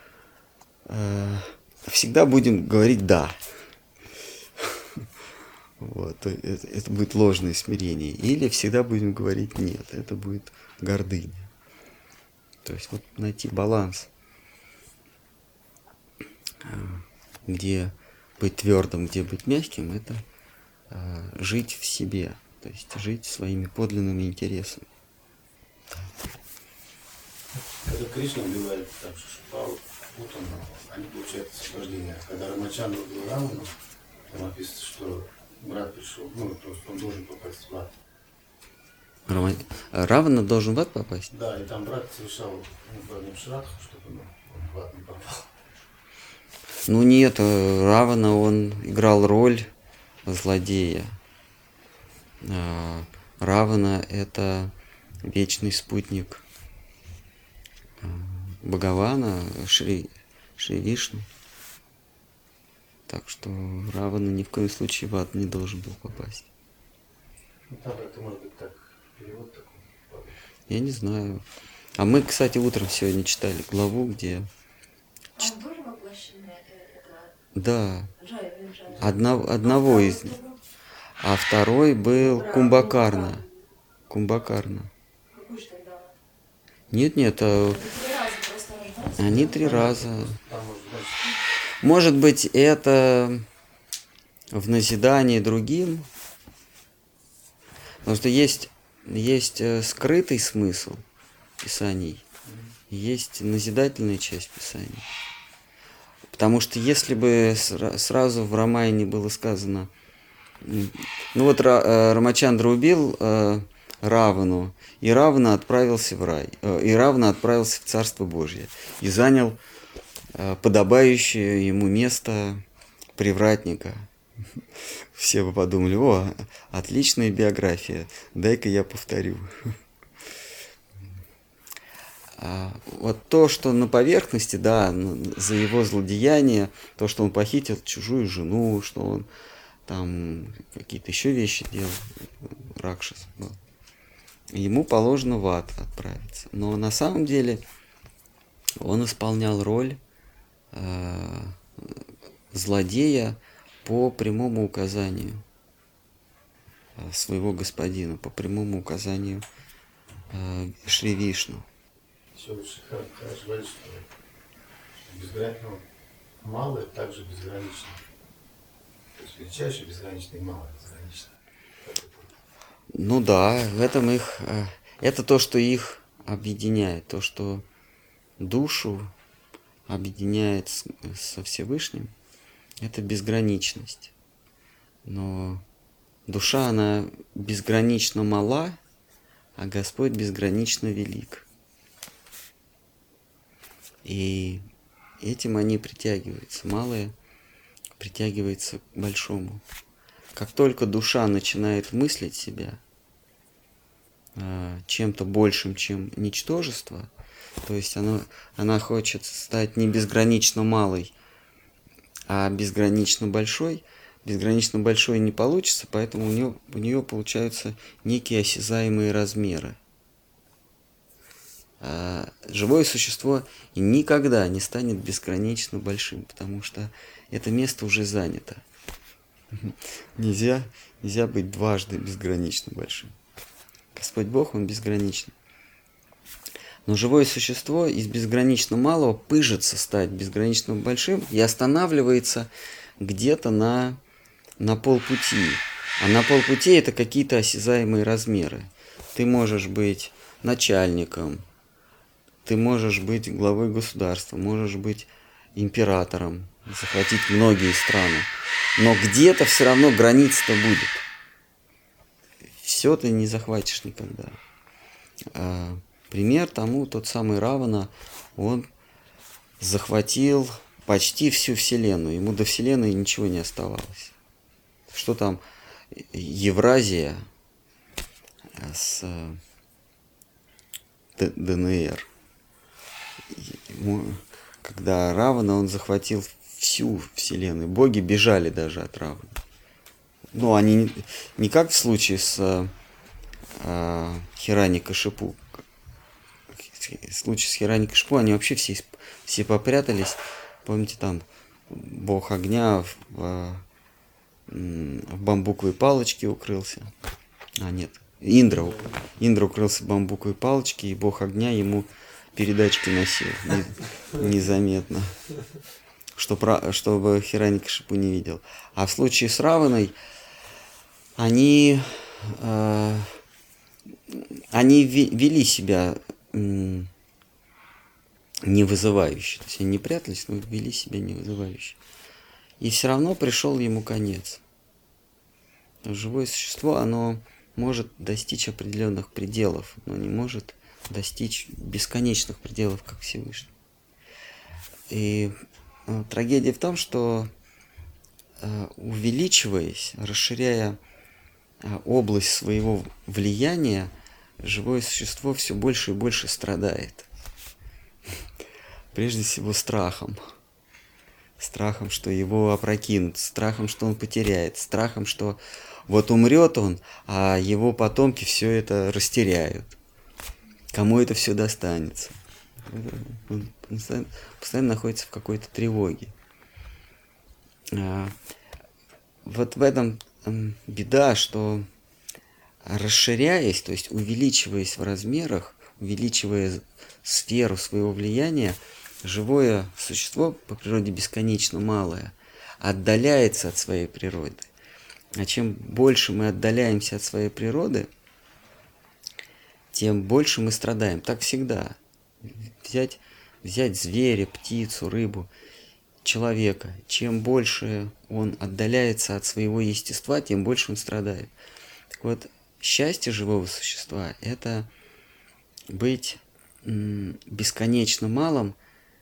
всегда будем говорить «да». Вот, это будет ложное смирение. Или всегда будем говорить «нет», это будет гордыня. То есть вот найти баланс, где быть твердым, где быть мягким, это жить в себе, то есть жить своими подлинными интересами. Когда Кришна убивает там Шишупалу, вот он, они получают освобождение. Когда Рамачандра убил Равану, там написано, что брат пришел, ну, то есть он должен попасть в ад. Равана должен в ад попасть? Да, и там брат совершал ну, шрадху, чтобы он в ад не попал. Ну нет, Равана, он играл роль злодея. Равана — это вечный спутник Бхагавана, Шри Вишну. Так что Равана ни в коем случае в ад не должен был попасть. Ну, там это может быть так, перевод такой. Я не знаю. А мы, кстати, утром сегодня читали главу, где... А он тоже воплощенный это Да, Джая. одного из них. А второй был Кумбакарна. Кумбакарна. Какой же тогда? Нет, Это 3 раза просто рождается. они 3 раза. Там может быть, Может быть, это в назидании другим, потому что есть скрытый смысл писаний, есть назидательная часть писаний. Потому что если бы сразу в Рамайне было сказано, ну вот Рамачандра убил Равану, и Равана отправился в рай, и Равана отправился в Царство Божье, и занял подобающее ему место привратника. Все бы подумали: о, отличная биография, дай-ка я повторю. Вот то, что на поверхности, да, за его злодеяние, то, что он похитил чужую жену, что он там какие-то еще вещи делал, Ракшас, да, ему положено в ад отправиться. Но на самом деле он исполнял роль злодея по прямому указанию своего господина, по прямому указанию Шри Вишну. все лучше хорошо говорит, что безгранично, ну, малое также безгранично. То есть величайшее безгранично и малое безгранично. Ну да, в этом их... Это то, что их объединяет, то, что душу объединяет со Всевышним, это безграничность. Но душа, она безгранично мала, а Господь безгранично велик. И этим они притягиваются. Малое притягивается к большому. Как только душа начинает мыслить себя чем-то большим, чем ничтожество, то есть она хочет стать не безгранично малой, а безгранично большой не получится, поэтому у нее получаются некие осязаемые размеры. Живое существо никогда не станет бесконечно большим, потому что это место уже занято. Нельзя быть дважды безгранично большим. Господь Бог, Он безграничный. Но живое существо из безгранично малого пыжится стать безгранично большим и останавливается где-то на полпути. А на полпути это какие-то осязаемые размеры. Ты можешь быть начальником, ты можешь быть главой государства, можешь быть императором, захватить многие страны. Но где-то все равно граница-то будет. Все ты не захватишь никогда. Пример тому тот самый Равана, он захватил почти всю Вселенную. Ему до Вселенной ничего не оставалось. Что там Евразия с ДНР. Когда Равана, он захватил всю Вселенную. Боги бежали даже от Равана. Ну, они не как в случае с Хираникашипу. В случае с Хираникашипу они вообще все попрятались. Помните, там бог огня в бамбуковой палочке укрылся. Нет. Индра укрылся в бамбуковой палочке, и бог огня ему передачки носил незаметно, чтобы Хирanyакшипу не видел. А в случае с Раваной они вели себя не вызывающе. То есть они не прятались, но вели себя не вызывающе. И все равно пришел ему конец. Живое существо, оно может достичь определенных пределов, но не может достичь бесконечных пределов, как Всевышний. И трагедия в том, что увеличиваясь, расширяя область своего влияния, живое существо все больше и больше страдает. Прежде всего страхом. Страхом, что его опрокинут, страхом, что он потеряет, страхом, что вот умрет он, а его потомки все это растеряют. Кому это все достанется? Он постоянно находится в какой-то тревоге. Вот в этом беда, что расширяясь, то есть увеличиваясь в размерах, увеличивая сферу своего влияния, живое существо по природе бесконечно малое отдаляется от своей природы. А чем больше мы отдаляемся от своей природы, тем больше мы страдаем. Так всегда. Взять зверя, птицу, рыбу, человека. Чем больше он отдаляется от своего естества, тем больше он страдает. Так вот, счастье живого существа – это быть бесконечно малым,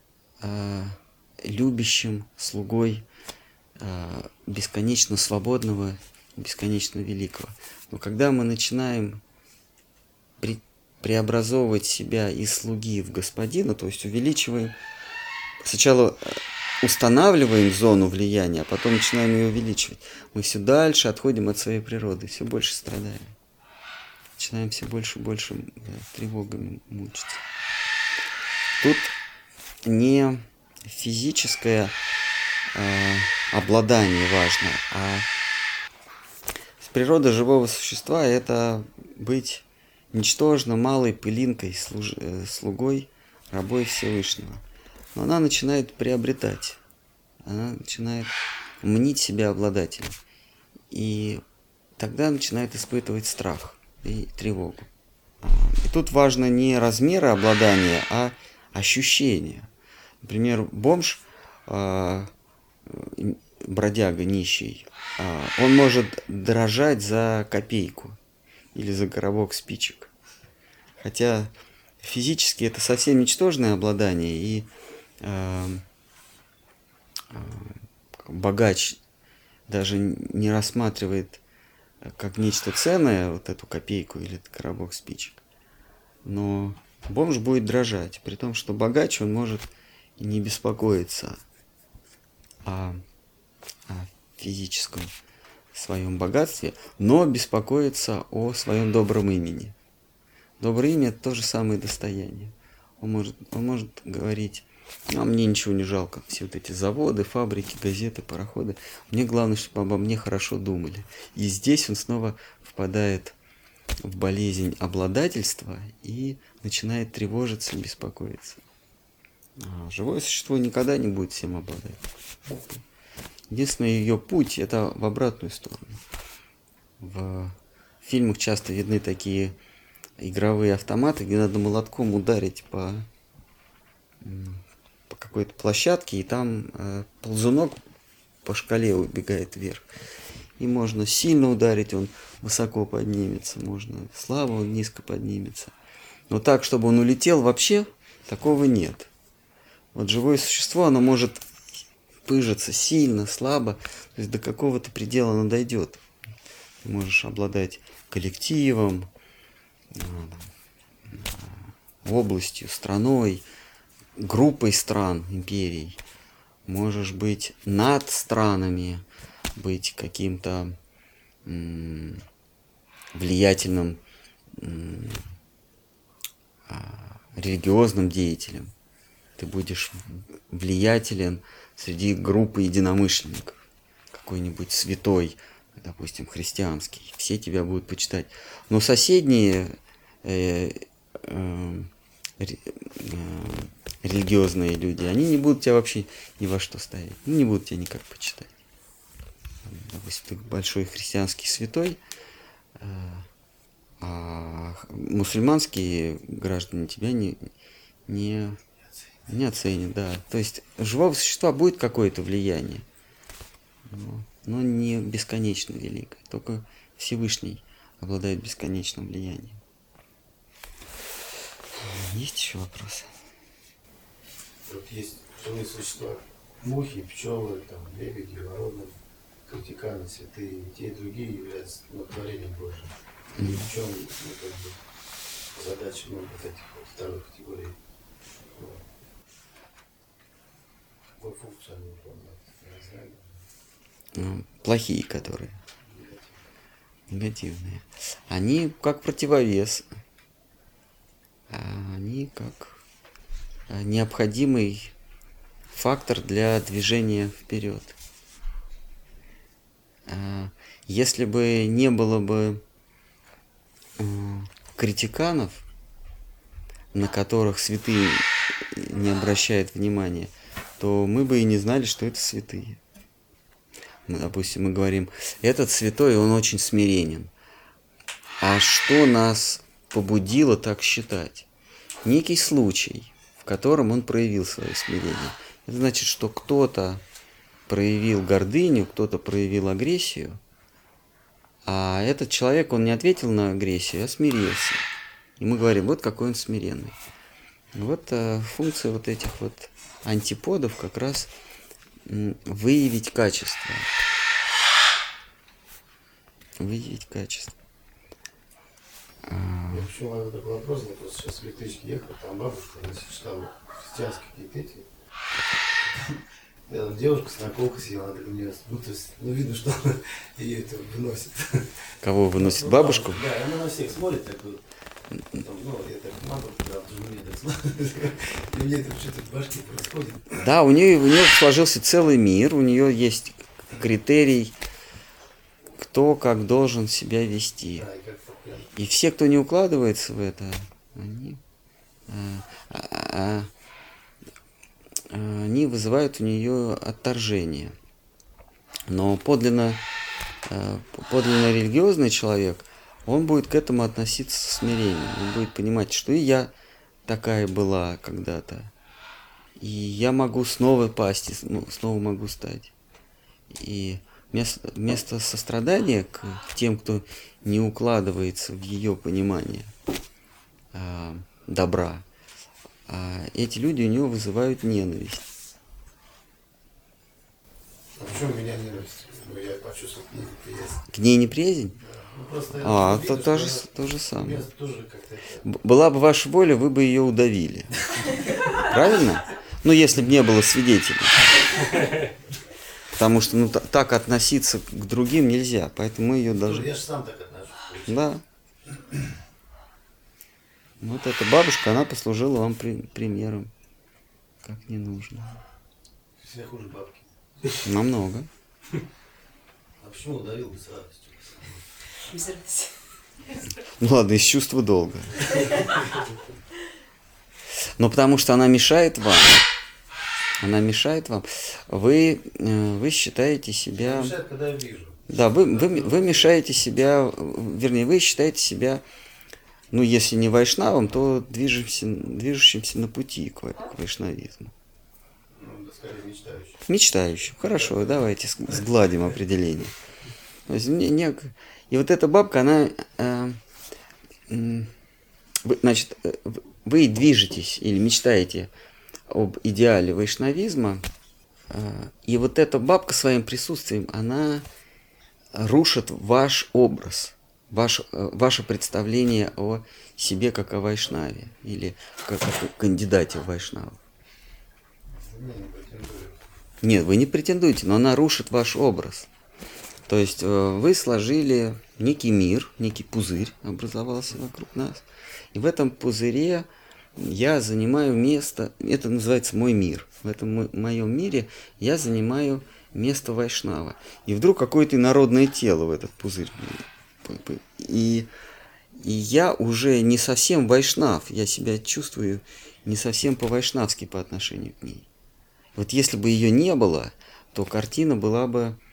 любящим слугой бесконечно свободного, бесконечно великого. Но когда мы начинаем преобразовывать себя из слуги в господина, то есть увеличиваем, сначала устанавливаем зону влияния, а потом начинаем ее увеличивать, мы все дальше отходим от своей природы, все больше страдаем. Начинаем все больше и больше тревогами мучиться. Тут не физическое обладание важно, а природа живого существа – это быть ничтожно малой пылинкой, слугой, рабой Всевышнего. Но она начинает приобретать, она начинает мнить себя обладателем. И тогда начинает испытывать страх и тревогу. И тут важно не размеры обладания, а ощущения. Например, бомж, бродяга нищий, он может дрожать за копейку или за коробок спичек. Хотя физически это совсем ничтожное обладание, и богач даже не рассматривает как нечто ценное вот эту копейку или этот коробок спичек. Но бомж будет дрожать, при том, что богач, он может и не беспокоиться о физическом своем богатстве, но беспокоиться о своем добром имени. Доброе имя – это то же самое достояние. Он может говорить: а мне ничего не жалко, все вот эти заводы, фабрики, газеты, пароходы. Мне главное, чтобы обо мне хорошо думали. И здесь он снова впадает в болезнь обладательства и начинает тревожиться, беспокоиться. А живое существо никогда не будет всем обладать. Единственный ее путь – это в обратную сторону. В фильмах часто видны такие игровые автоматы, где надо молотком ударить по какой-то площадке, и там ползунок по шкале убегает вверх. И можно сильно ударить, он высоко поднимется, можно слабо, он низко поднимется. Но так, чтобы он улетел, вообще такого нет. Вот живое существо, оно может пыжиться сильно, слабо, то есть до какого-то предела оно дойдет. Ты можешь обладать коллективом, областью, страной, группой стран, империй. Можешь быть над странами, быть каким-то влиятельным религиозным деятелем. Ты будешь влиятелен среди группы единомышленников. Какой-нибудь святой, допустим, христианский. Все тебя будут почитать. Но соседние религиозные люди, они не будут тебя вообще ни во что ставить, не будут тебя никак почитать. Допустим, ты большой христианский святой, а мусульманские граждане тебя не оценят, да. То есть у живого существа будет какое-то влияние, но не бесконечно великое. Только Всевышний обладает бесконечным влиянием. Есть еще вопросы? Вот есть живые существа, мухи, пчелы, там, лебеди, вороны, критиканы, святые, и те и другие являются творением Божьим. И в чем как бы, задача вот этих вот второй категории? Какую функцию они выполняют? Я не знаю. Плохие, которые. Негативные. Они как противовес. Они как необходимый фактор для движения вперед. Если бы не было бы критиканов, на которых святые не обращают внимания, то мы бы и не знали, что это святые. Допустим, мы говорим, этот святой, он очень смиренен. А что нас побудило так считать? Некий случай, в котором он проявил свое смирение. Это значит, что кто-то проявил гордыню, кто-то проявил агрессию, а этот человек, он не ответил на агрессию, а смирился. И мы говорим, вот какой он смиренный. Вот функция вот этих вот антиподов как раз выявить качество. Выявить качество. Я почему у меня такой вопрос, я просто сейчас в электричке ехал, там бабушка, она читала христианские какие-то эти. Рядом девушка с наколкой сидела, она так меня, ну, то есть, ну, видно, что она ее это выносит. Кого выносит? Бабушку? Да, и она на всех смотрит, так вот. Там, ну, я так мама, да, тоже мне так смотрит. И мне это что-то в башке происходит. Да, у нее сложился целый мир, у нее есть критерий, кто как должен себя вести. Да, и как-то прям. И все, кто не укладывается в это, они вызывают у нее отторжение. Но подлинно религиозный человек, он будет к этому относиться со смирением. Он будет понимать, что и я такая была когда-то. И я могу снова пасть, снова могу стать. И вместо сострадания к тем, кто не укладывается в ее понимание добра, эти люди у него вызывают ненависть. А почему меня ненависть? Ну, я почувствовал к ней неприязнь. К ней неприязнь? Да. Ну, просто То видно, же что самое. меня тоже как-то это... Была бы ваша воля, вы бы ее удавили. Правильно? Ну, если бы не было свидетелей. Потому что так относиться к другим нельзя, поэтому мы ее должны... Я же сам так отношусь. Да. Вот эта бабушка, она послужила вам примером, как не нужно. Все хуже бабки. Намного. А почему удавил бы с радостью? Без разницы. Ну ладно, из чувства долга. Но потому что она мешает вам. Она мешает вам. Вы считаете себя... Мешает, когда я вижу. Да, вы мешаете себя, вернее, вы считаете себя, ну, если не вайшнавом, то движущимся на пути к вайшнавизму. Ну, да, скорее мечтающий. Мечтающим. Хорошо, давайте сгладим определение. То есть, и вот эта бабка, она, значит, вы движетесь или мечтаете об идеале вайшнавизма, и вот эта бабка своим присутствием, она рушит ваш образ, ваше представление о себе как о вайшнаве или как о кандидате в вайшнаву. Не претендую. Нет, вы не претендуете, но она рушит ваш образ. То есть вы сложили некий мир, некий пузырь образовался вокруг нас. И в этом пузыре я занимаю место, это называется мой мир. В этом моем мире я занимаю место вайшнава. И вдруг какое-то инородное тело в этот пузырь. И И я уже не совсем вайшнав, я себя чувствую не совсем по-вайшнавски по отношению к ней. Вот если бы ее не было, то картина была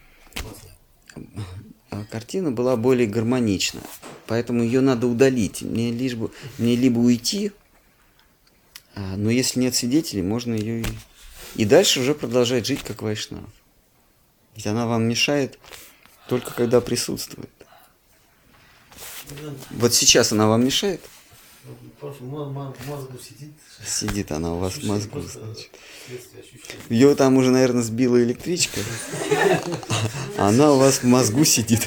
более гармонична. Поэтому ее надо удалить. Мне либо уйти, но если нет свидетелей, можно ее и дальше уже продолжать жить как вайшнав. Ведь она вам мешает только когда присутствует. Вот сейчас она вам мешает? Просто мозгу сидит. Сидит она у вас в мозгу, Просто значит. следствие ощущений. Ее там уже, наверное, сбила электричка. А она у вас в мозгу сидит.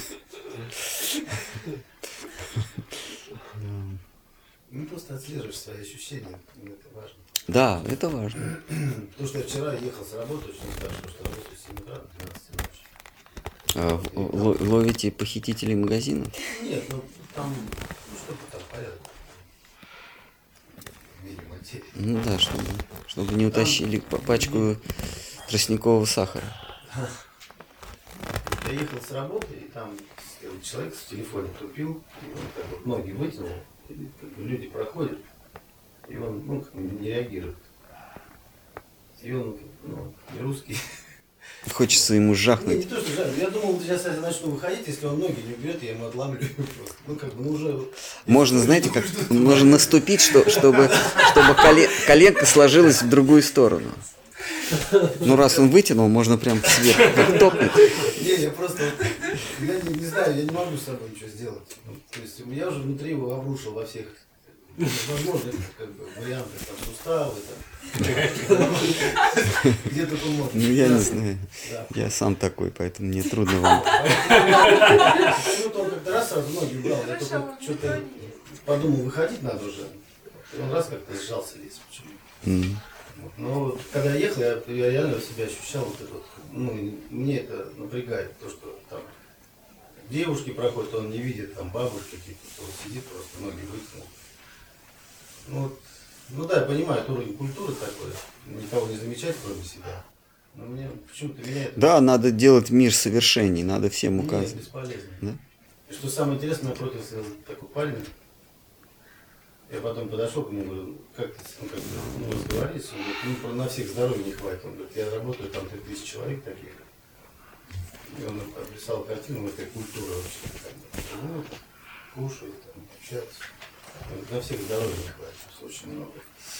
Ну, просто отслеживаешь свои ощущения, это важно. Да, это важно. Потому что я вчера ехал с работы, очень уставший, что работаю с 7 утра до 12 ночи. Ловите похитителей магазинов? Нет, ну там, ну что-то там порядок. Видимо, материи. Ну да, чтобы не утащили пачку тростникового сахара. Я ехал с работы, и там человек в телефоне тупил, и он так вот ноги вытянул, и как бы люди проходят, и он, ну, как бы не реагирует. И он, ну, не русский. Хочется ему Не жахнуть. то, что жаль, я думал, сейчас я начну выходить, если он ноги не уберет, я ему отломлю просто. Ну, как бы, ну, уже... вот, Можно, знаете, как можно наступить, чтобы коленка сложилась в другую сторону. Ну, раз он вытянул, можно прям сверху как топнуть. Не, я просто, вот, я не знаю, я не могу с собой ничего сделать. Ну, то есть я уже внутри его обрушил во всех возможных как бы, вариантах, там, суставы, там, где только можно. Ну, я не знаю. Да. Я сам такой, поэтому мне трудно вам. Почему-то он как-то раз сразу ноги убрал, я только что-то подумал, выходить надо уже. И он раз как-то сжался весь почему-то. Но вот, когда я ехал, я реально себя ощущал вот это вот, ну, мне это напрягает, то, что там девушки проходят, он не видит, там бабушки какие-то, он сидит просто, ноги вытянул. Ну, вот, ну да, я понимаю, это уровень культуры такой, никого не замечать, кроме себя. Но мне почему-то меня это... Да, надо делать мир совершенней, надо всем Нет, указывать. бесполезно. Да? И что самое интересное, напротив сидел такой парень. Я потом подошел к нему, говорю, как ты, ну, как бы, ну, разговорились, он говорит, ну, на всех здоровья не хватит. Он говорит, я работаю, там 3000 человек таких. И он описал картину, вот этой культуры вообще, как бы, живут, кушают, там, общаются. Он говорит, на всех здоровья не хватит, очень много.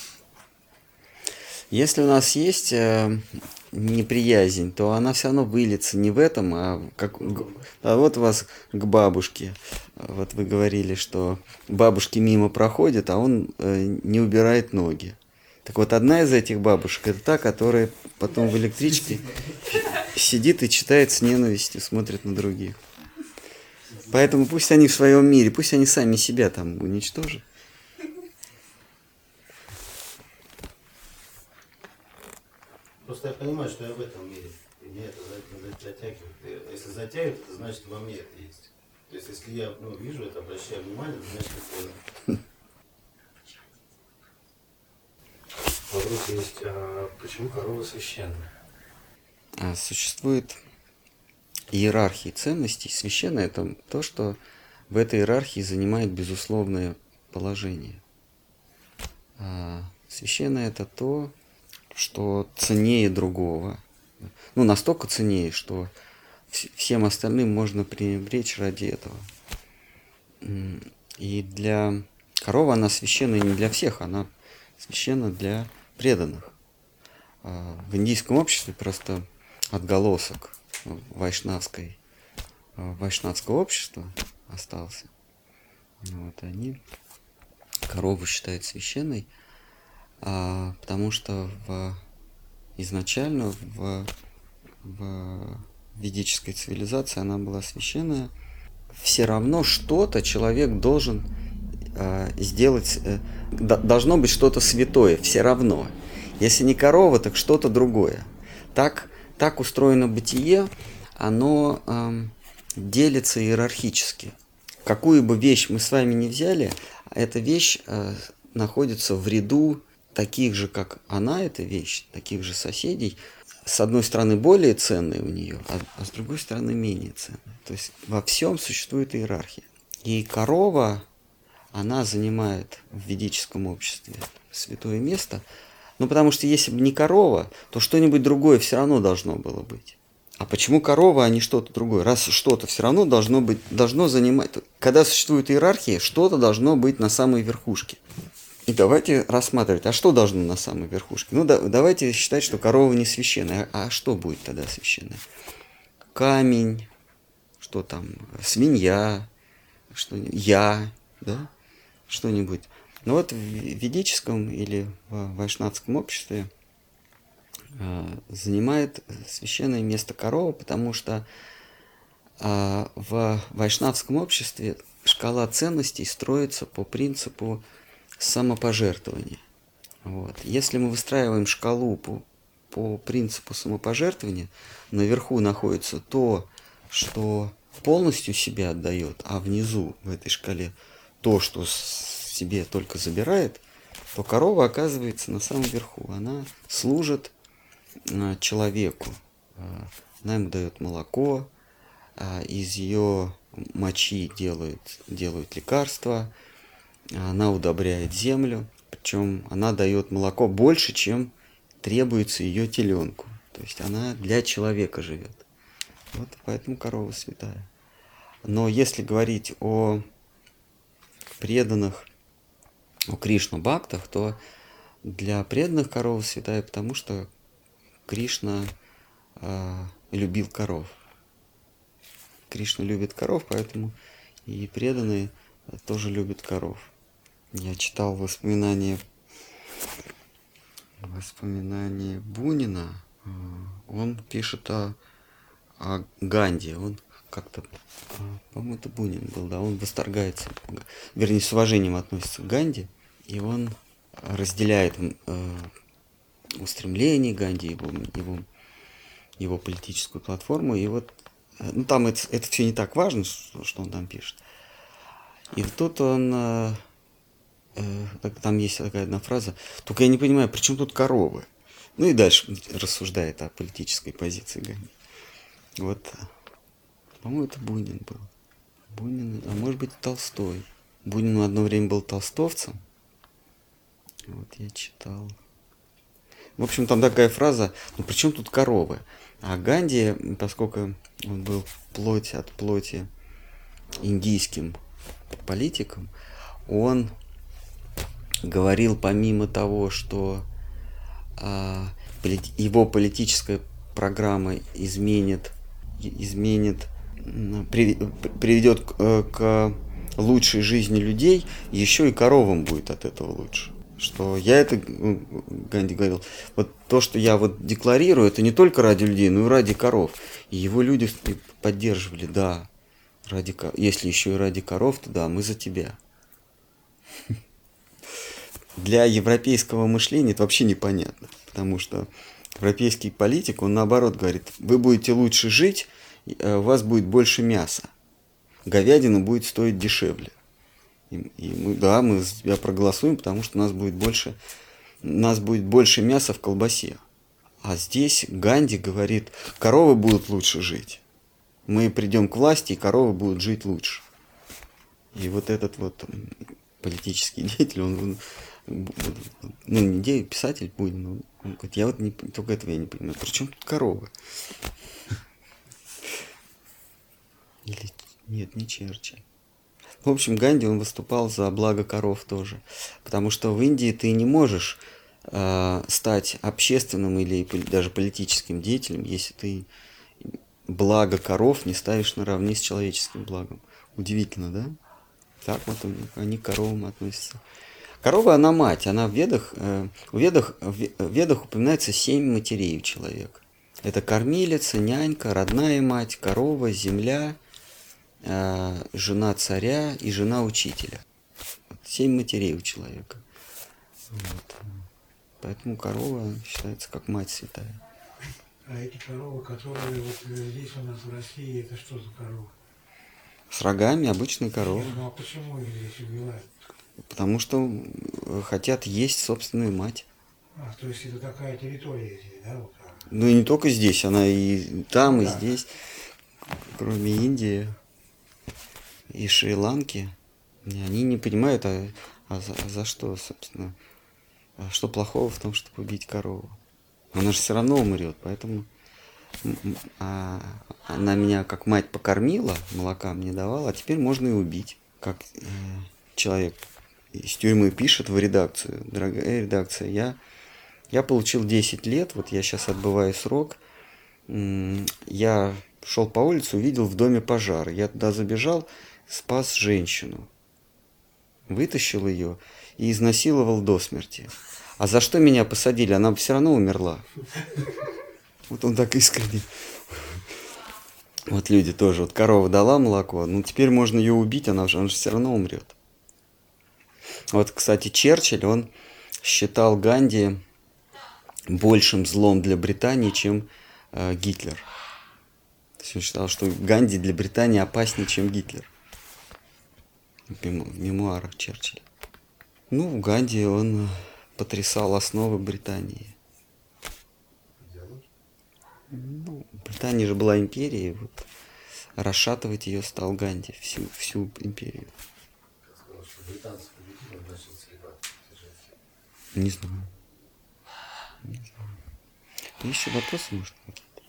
Если у нас есть неприязнь, то она все равно выльется не в этом, а вот у вас к бабушке. Вот вы говорили, что бабушки мимо проходят, а он не убирает ноги. Так вот, одна из этих бабушек это та, которая потом в электричке сидит и читает с ненавистью, смотрит на других. Поэтому пусть они в своем мире, пусть они сами себя там уничтожат. Просто я понимаю, что я в этом мире. И мне это затягивает. И если затягивает, это значит, во мне это есть. То есть, если я вижу это, обращаю внимание, то значит, это... Вопрос есть, а почему корова священная? Существует иерархия ценностей. Священное – это то, что в этой иерархии занимает безусловное положение. Священное – это то, что ценнее другого. Ну, настолько ценнее, что всем остальным можно пренебречь ради этого. И для коровы она священная не для всех, она священна для преданных. В индийском обществе просто отголосок вайшнавского общества остался. Вот, они корову считают священной, потому что изначально в ведической цивилизации она была священная. Все равно что-то человек должен сделать, должно быть что-то святое, все равно. Если не корова, так что-то другое. Так устроено бытие, оно делится иерархически. Какую бы вещь мы с вами ни взяли, эта вещь находится в ряду таких же, как она, эта вещь, таких же соседей, с одной стороны более ценные у нее, а с другой стороны менее ценные. То есть во всем существует иерархия. И корова она занимает в ведическом обществе святое место. Ну, потому что если бы не корова, то что-нибудь другое все равно должно было быть. А почему корова, а не что-то другое? Раз что-то все равно должно быть, должно занимать... Когда существует иерархия, что-то должно быть на самой верхушке. И давайте рассматривать, а что должно на самой верхушке? Ну, давайте считать, что корова не священная. А что будет тогда священное? Камень, что там, свинья, да? Что-нибудь. Ну вот в ведическом или в вайшнавском обществе занимает священное место корова, потому что в вайшнавском обществе шкала ценностей строится по принципу самопожертвования. Вот. Если мы выстраиваем шкалу по принципу самопожертвования, наверху находится то, что полностью себя отдает, а внизу в этой шкале то, что себе только забирает, то корова оказывается на самом верху. Она служит человеку. Она ему дает молоко, из ее мочи делают лекарства, она удобряет землю, причем она дает молоко больше, чем требуется ее теленку. То есть она для человека живет. Вот поэтому корова святая. Но если говорить о преданных, о Кришна-бхактах, то для преданных корова святая, потому что Кришна любил коров. Кришна любит коров, поэтому и преданные тоже любят коров. Я читал воспоминания Бунина. Он пишет о Ганди. Он как-то, по-моему, это Бунин был, да, он восторгается, вернее, с уважением относится к Ганди, и он разделяет устремления Ганди, его политическую платформу, и вот, ну, там это все не так важно, что он там пишет. И тут он, там есть такая одна фраза, только я не понимаю, при чем тут коровы? Ну и дальше рассуждает о политической позиции Ганди. Вот, по-моему, это Бунин был. Бунин, а может быть, Толстой. Бунин одно время был толстовцем. Вот я читал. В общем, там такая фраза, ну при чем тут коровы? А Ганди, поскольку он был плоть от плоти индийским политиком, он говорил, помимо того, что его политическая программа приведет к лучшей жизни людей, еще и коровам будет от этого лучше. Что я это, Ганди говорил, вот то, что я вот декларирую, это не только ради людей, но и ради коров. И его люди поддерживали, да, если еще и ради коров, то да, мы за тебя. Для европейского мышления это вообще непонятно, потому что европейский политик, он наоборот говорит, вы будете лучше жить, у вас будет больше мяса, говядина будет стоить дешевле. И мы за тебя проголосуем, потому что у нас будет больше мяса в колбасе. А здесь Ганди говорит, коровы будут лучше жить. Мы придем к власти, и коровы будут жить лучше. И вот этот вот политический деятель, он не писатель будет, но он говорит, я вот только этого я не понимаю. При чем тут коровы? Или нет, не Черчилль. В общем, Ганди, он выступал за благо коров тоже. Потому что в Индии ты не можешь стать общественным или даже политическим деятелем, если ты благо коров не ставишь наравне с человеческим благом. Удивительно, да? Так вот они к коровам относятся. Корова, она мать. Она в Ведах упоминается 7 матерей у человека. Это кормилица, нянька, родная мать, корова, земля, жена царя и жена учителя. 7 матерей у человека. Вот. Поэтому корова считается как мать святая. А эти коровы, которые вот здесь у нас в России, это что за коровы? С рогами, обычные коровы. Ну а почему их здесь убивают? Потому что хотят есть собственную мать. То есть это такая территория здесь, да? Вот, Ну и не только здесь, она и там, и да. здесь. Кроме Индии и Шри-Ланки, И они не понимают, за что, собственно, что плохого в том, чтобы убить корову. Она же все равно умрет, поэтому она меня как мать покормила, молока мне давала, а теперь можно и убить. Как человек из тюрьмы пишет в редакцию: дорогая редакция, я получил 10 лет, вот я сейчас отбываю срок, я шел по улице, увидел в доме пожар, я туда забежал, спас женщину, вытащил ее и изнасиловал до смерти. А за что меня посадили? Она бы все равно умерла. Вот он так искренне. Вот люди тоже. Вот корова дала молоко, ну теперь можно ее убить, она же все равно умрет. Вот, кстати, Черчилль, он считал Ганди большим злом для Британии, чем Гитлер. То есть он считал, что Ганди для Британии опаснее, чем Гитлер. В мемуарах Черчилля. Ну, Ганди, он потрясал основы Британии. Ну, Британия же была империей, вот расшатывать ее стал Ганди, всю империю. Как сказал, что британцы победили, начал целебат держать. Не знаю. Еще вопросы, может, какие-то?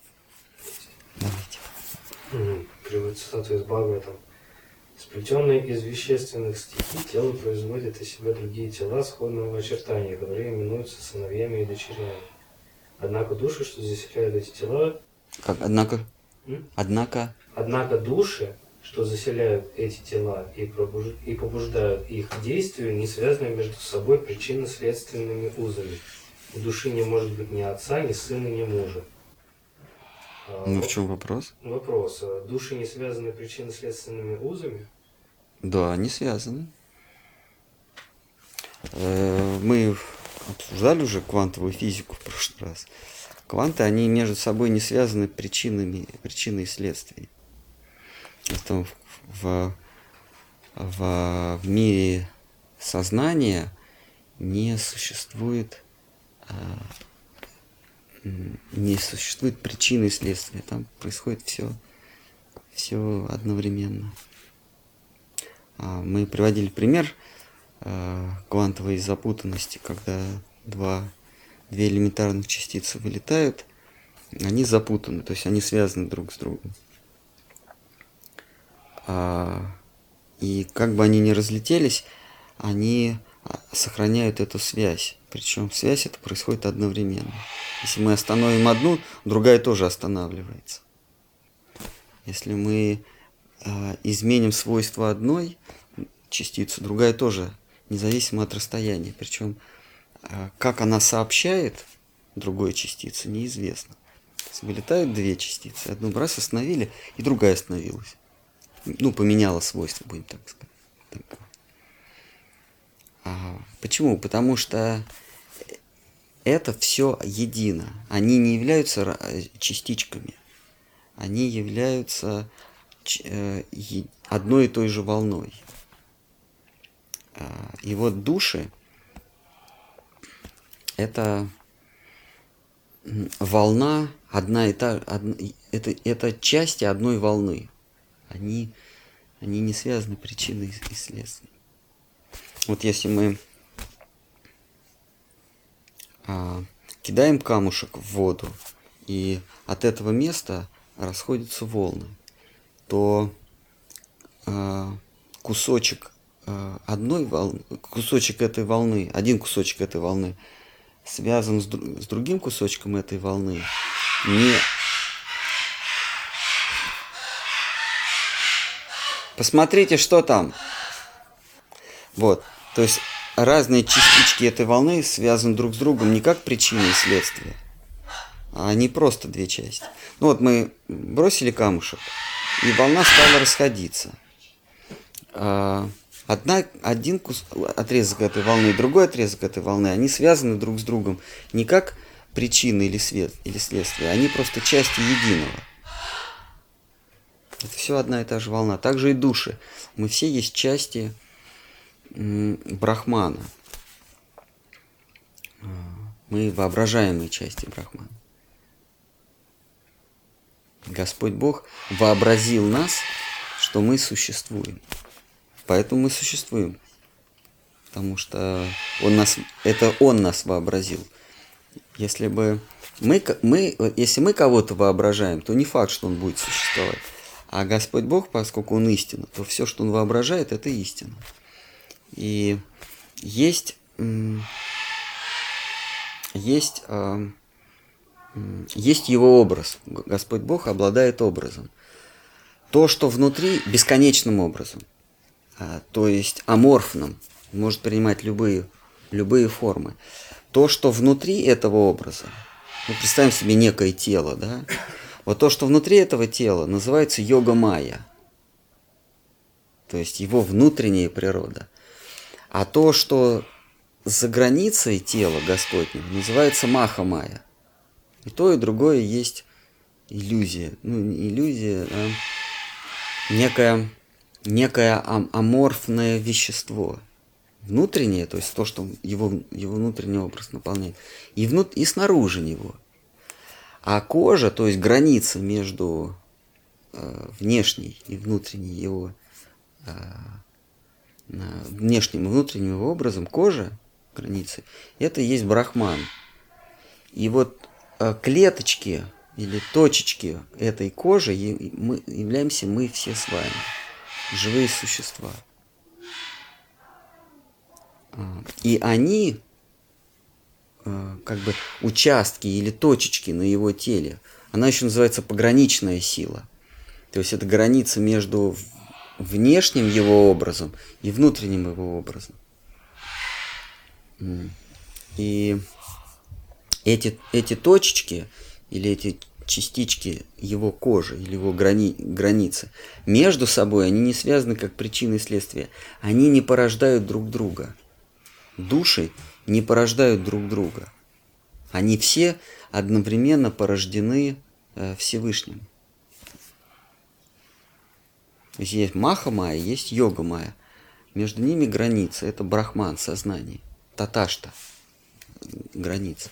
Давайте. Приводит цитату из Бхагаватам. Сплетенные из вещественных стихий тело производит из себя другие тела сходного очертания, которые именуются сыновьями и дочерями. Однако души, что заселяют эти тела... Однако души, что заселяют эти тела и побуждают их к действию, не связаны между собой причинно-следственными узами. У души не может быть ни отца, ни сына, ни мужа. Ну, в чем вопрос? Вопрос. Души не связаны причинно-следственными узами? Да, они связаны. Мы обсуждали уже квантовую физику в прошлый раз. Кванты, они между собой не связаны причиной и следствием. В мире сознания не существует причины и следствия. Там происходит все одновременно. Мы приводили пример квантовой запутанности, когда две элементарных частицы вылетают, они запутаны, то есть они связаны друг с другом. И как бы они ни разлетелись, они сохраняют эту связь. Причем связь эта происходит одновременно. Если мы остановим одну, другая тоже останавливается. Если мы изменим свойства одной частицы, другая тоже, независимо от расстояния. Причем как она сообщает другой частице, неизвестно. То есть вылетают две частицы, одну раз остановили, и другая остановилась. Ну, поменяла свойства, будем так сказать. Почему? Потому что это все едино. Они не являются частичками. Они являются одной и той же волной. И вот души – это волна, это части одной волны. Они не связаны причиной и следствием. Вот если мы кидаем камушек в воду, и от этого места расходятся волны, то кусочек этой волны, один кусочек этой волны связан с другим кусочком этой волны, Посмотрите, что там. Вот, то есть разные частички этой волны связаны друг с другом не как причина и следствие, а не просто две части. Ну вот мы бросили камушек, и волна стала расходиться. Один отрезок этой волны и другой отрезок этой волны, они связаны друг с другом не как причина или следствие, они просто части единого. Это все одна и та же волна. Также и души. Мы все есть части Брахмана. Мы воображаемые части Брахмана. Господь Бог вообразил нас, что мы существуем. Поэтому мы существуем. Потому что это он нас вообразил. Если бы если мы кого-то воображаем, то не факт, что он будет существовать. А Господь Бог, поскольку Он истина, то все, что Он воображает, это истина. И есть Его образ. Господь Бог обладает образом. То, что внутри, бесконечным образом, то есть аморфным, может принимать любые формы. То, что внутри этого образа, представим себе некое тело, да? Вот то, что внутри этого тела, называется йога-майя, то есть его внутренняя природа. А то, что за границей тела Господнего, называется маха-майя. И то, и другое есть иллюзия. Ну, не иллюзия, а некое аморфное вещество. Внутреннее, то есть то, что его внутренний образ наполняет, и снаружи него. А кожа, то есть граница между внешней и внутренней его, внешним и внутренним его образом, кожа, границы, это и есть брахман. И вот клеточки или точечки этой кожи являемся мы все с вами, живые существа. И они, как бы участки или точечки на его теле, она еще называется пограничная сила. То есть это граница между внешним его образом и внутренним его образом. И эти точечки или эти частички его кожи или его границы между собой, они не связаны как причина и следствие. Они не порождают друг друга. Души не порождают друг друга. Они все одновременно порождены Всевышним. То есть есть маха-майя, есть йога-майя. Между ними граница. Это брахман, сознание. Таташта. Граница.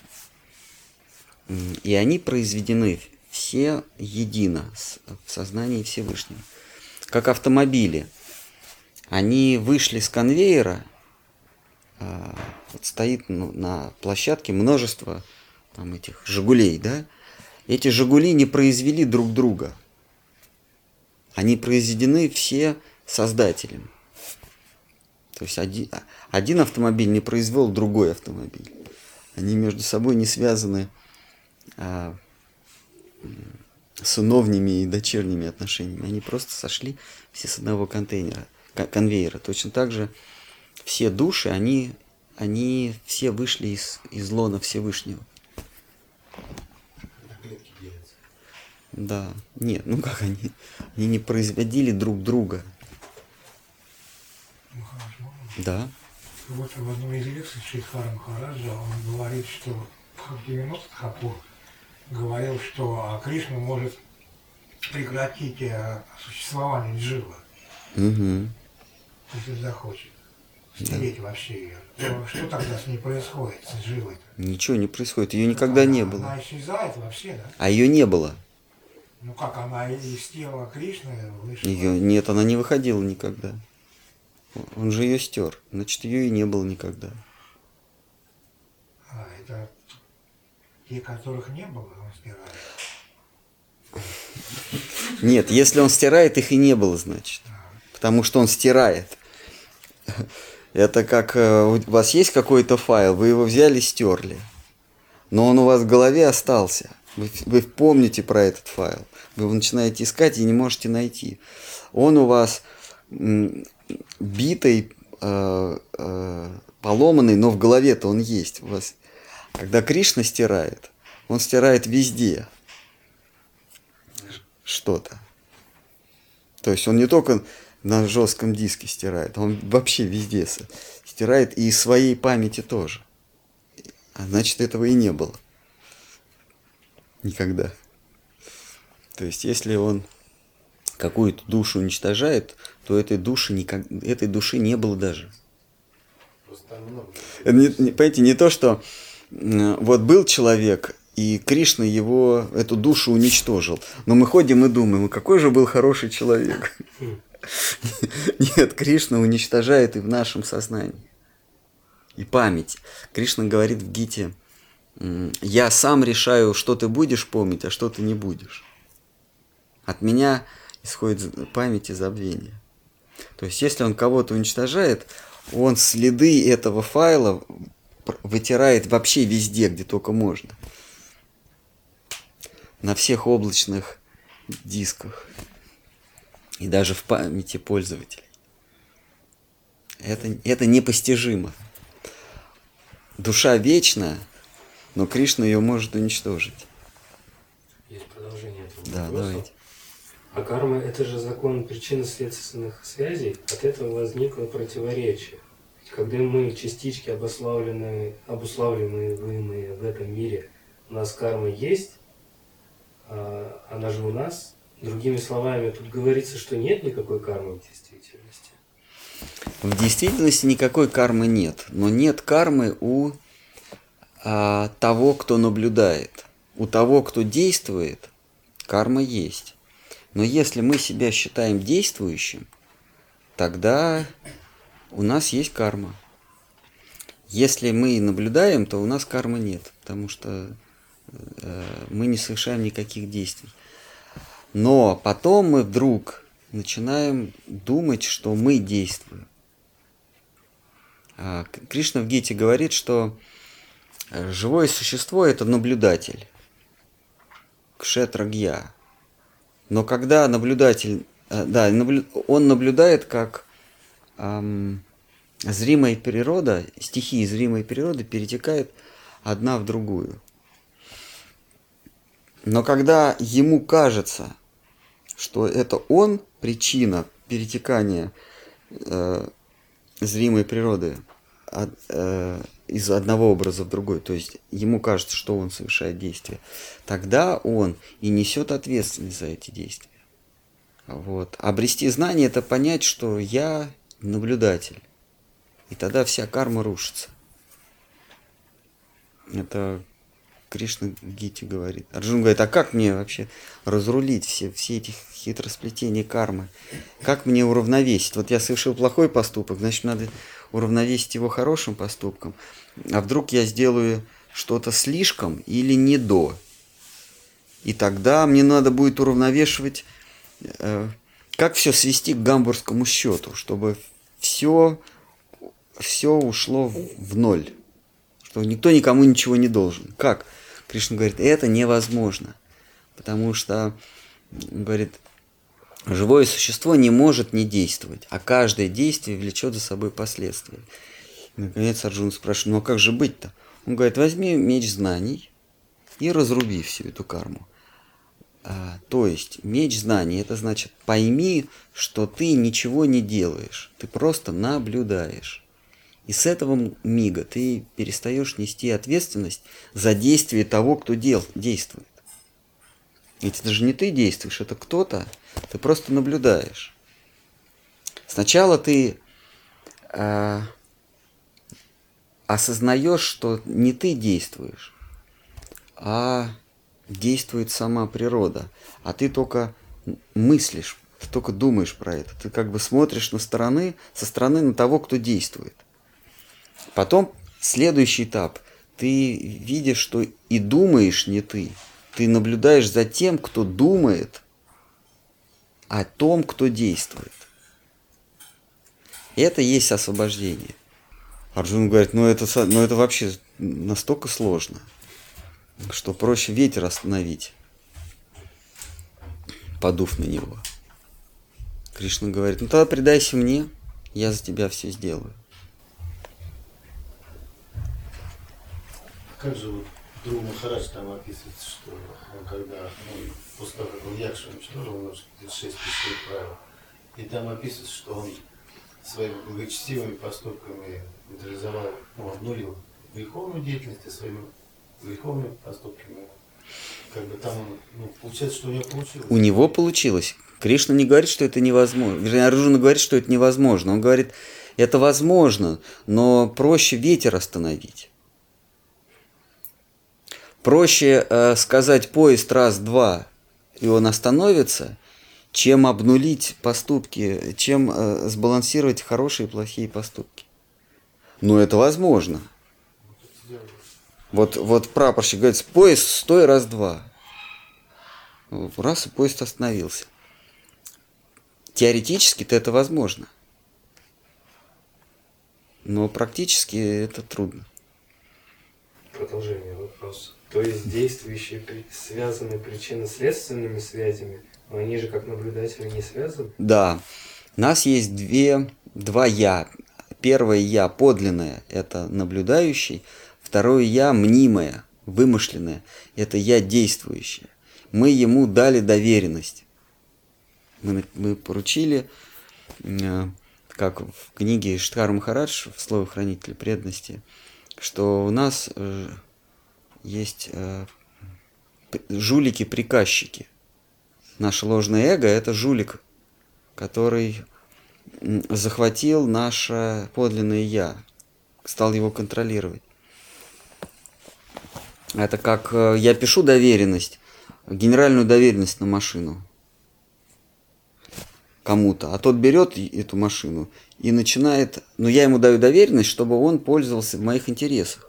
И они произведены все едино в сознании Всевышнего. Как автомобили. Они вышли с конвейера. Вот стоит на площадке множество там этих «Жигулей», да? Эти «Жигули» не произвели друг друга. Они произведены все Создателем. То есть один автомобиль не произвел другой автомобиль. Они между собой не связаны сыновними и дочерними отношениями. Они просто сошли все с одного конвейера. Точно так же все души, они все вышли из лона Всевышнего. На клетке делятся. Да. Нет, ну как они не производили друг друга. Махарадж, можно? Да. Вот в одной из лекций Шридхара Махараджа он говорит, что Бхактивинод Тхакур говорил, что Кришна может прекратить существование дживы, Угу. если захочет. Стереть вообще ее. То что тогда с ней происходит, с дживой-то? Ничего не происходит. Ее никогда не было. Она исчезает вообще, да? А ее не было. Ну как, она из тела Кришны вышла? Нет, она не выходила никогда. Он же ее стер. Значит, ее и не было никогда. А, это те, которых не было, он стирает. Нет, если он стирает, их и не было, значит. Потому что он стирает. Это как у вас есть какой-то файл, вы его взяли, стерли. Но он у вас в голове остался. Вы помните про этот файл. Вы его начинаете искать и не можете найти. Он у вас битый, поломанный, но в голове-то он есть. У вас, когда Кришна стирает, он стирает везде что-то. То есть он не только на жестком диске стирает, он вообще везде стирает и из своей памяти тоже. А значит, этого и не было. Никогда. То есть, если он какую-то душу уничтожает, то этой души не было даже. Просто там много. Понимаете, не то, что вот был человек, и Кришна эту душу уничтожил. Но мы ходим и думаем, какой же был хороший человек. Нет, Кришна уничтожает и в нашем сознании. И память. Кришна говорит в Гите: я сам решаю, что ты будешь помнить, а что ты не будешь. От меня исходит память и забвение. То есть, если он кого-то уничтожает, он следы этого файла вытирает вообще везде, где только можно. На всех облачных дисках. И даже в памяти пользователей. Это непостижимо. Душа вечна, но Кришна ее может уничтожить. Есть продолжение этого Да, вопроса. давайте. А карма – это же закон причинно-следственных связей. От этого возникло противоречие. Когда мы частички, обуславливаемые в этом мире, у нас карма есть, она же у нас. Другими словами, тут говорится, что нет никакой кармы в действительности. В действительности никакой кармы нет, но нет кармы у того, кто наблюдает. У того, кто действует, карма есть. Но если мы себя считаем действующим, тогда у нас есть карма. Если мы наблюдаем, то у нас кармы нет, потому что мы не совершаем никаких действий. Но потом мы вдруг начинаем думать, что мы действуем. Кришна в Гите говорит, что живое существо – это наблюдатель, кшетрагья. Но когда наблюдатель, он наблюдает, как зримая природа, стихии зримой природы перетекает одна в другую. Но когда ему кажется, что это он причина перетекания зримой природы из одного образа в другой, то есть ему кажется, что он совершает действие, тогда он и несет ответственность за эти действия. Вот. Обрести знание – это понять, что я наблюдатель, и тогда вся карма рушится. Это Кришна в Гите говорит. Арджуна говорит: а как мне вообще разрулить все эти хитросплетения кармы? Как мне уравновесить? Вот я совершил плохой поступок, значит, надо уравновесить его хорошим поступком. А вдруг я сделаю что-то слишком или не до? И тогда мне надо будет уравновешивать, как все свести к гамбургскому счету, чтобы все ушло в ноль. Что никто никому ничего не должен. Как? Кришна говорит, это невозможно. Потому что, говорит, живое существо не может не действовать, а каждое действие влечет за собой последствия. И, наконец Арджуна спрашивает: ну а как же быть-то? Он говорит: возьми меч знаний и разруби всю эту карму. То есть меч знаний — это значит, пойми, что ты ничего не делаешь, ты просто наблюдаешь. И с этого мига ты перестаешь нести ответственность за действие того, кто действует. Ведь это же не ты действуешь, это кто-то, ты просто наблюдаешь. Сначала ты осознаешь, что не ты действуешь, а действует сама природа, а ты только мыслишь, ты только думаешь про это, ты как бы смотришь со стороны на того, кто действует. Потом следующий этап. Ты видишь, что и думаешь не ты. Ты наблюдаешь за тем, кто думает о том, кто действует. Это и есть освобождение. Арджуна говорит, это вообще настолько сложно, что проще ветер остановить, подув на него. Кришна говорит, ну тогда предайся мне, я за тебя все сделаю. Как же вот Друг Махарадж там описывается, что он когда, после того, как он Якшу уничтожил, он 6 тысяч правил, и там описывается, что он своими благочестивыми поступками реализовал, обнулил греховную деятельность, и своими греховными поступками, как бы там, получается, что у него получилось. У него получилось. Кришна не говорит, что это невозможно. Вернее, Арджуна говорит, что это невозможно. Он говорит, это возможно, но проще ветер остановить. Проще сказать поезд раз-два, и он остановится, чем обнулить поступки, чем сбалансировать хорошие и плохие поступки. Но это возможно. Вот прапорщик говорит, поезд, стой, раз-два. Раз, и поезд остановился. Теоретически-то это возможно. Но практически это трудно. Продолжение вопроса. То есть действующие связаны причинно-следственными связями, но они же как наблюдатели не связаны? Да. У нас есть два «я». Первое «я» подлинное – это наблюдающий. Второе «я» мнимое, вымышленное – это «я» действующее. Мы ему дали доверенность. Мы поручили, как в книге Иштхара Махарадж в «Слове хранителя преданности», что у нас есть жулики-приказчики. Наше ложное эго – это жулик, который захватил наше подлинное «я», стал его контролировать. Это как я пишу доверенность, генеральную доверенность на машину кому-то, а тот берет эту машину и начинает, я ему даю доверенность, чтобы он пользовался в моих интересах.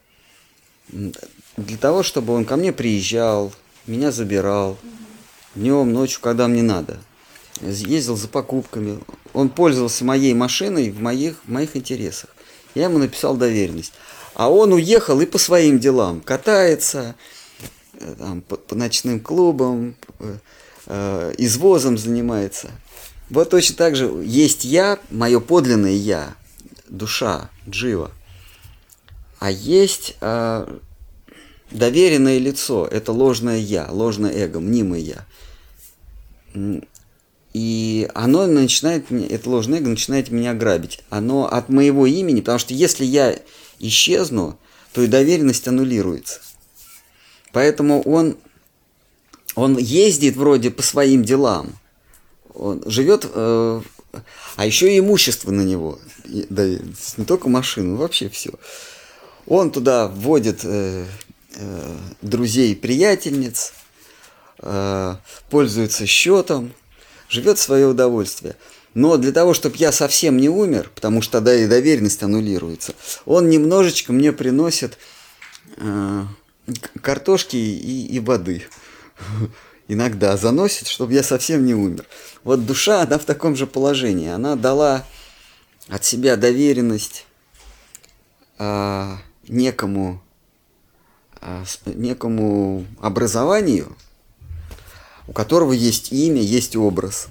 Для того, чтобы он ко мне приезжал, меня забирал днем, ночью, когда мне надо. Ездил за покупками. Он пользовался моей машиной в моих из Я ему написал доверенность. А он уехал и по своим делам. Катается там, по ночным клубам, извозом занимается. Вот точно так же есть я, мое подлинное я, душа, джива. А есть доверенное лицо, это ложное я, ложное эго, мнимое я. И оно начинает, это ложное эго начинает меня грабить. Оно от моего имени, потому что если я исчезну, то и доверенность аннулируется. Поэтому он ездит вроде по своим делам. Он живет, а еще и имущество на него. Не только машину, вообще все. Он туда вводит друзей, приятельниц, пользуется счетом, живет в свое удовольствие. Но для того, чтобы я совсем не умер, потому что тогда и доверенность аннулируется, он немножечко мне приносит картошки и воды. Иногда заносит, чтобы я совсем не умер. Вот душа, она в таком же положении. Она дала от себя доверенность некому образованию, у которого есть имя, есть образ.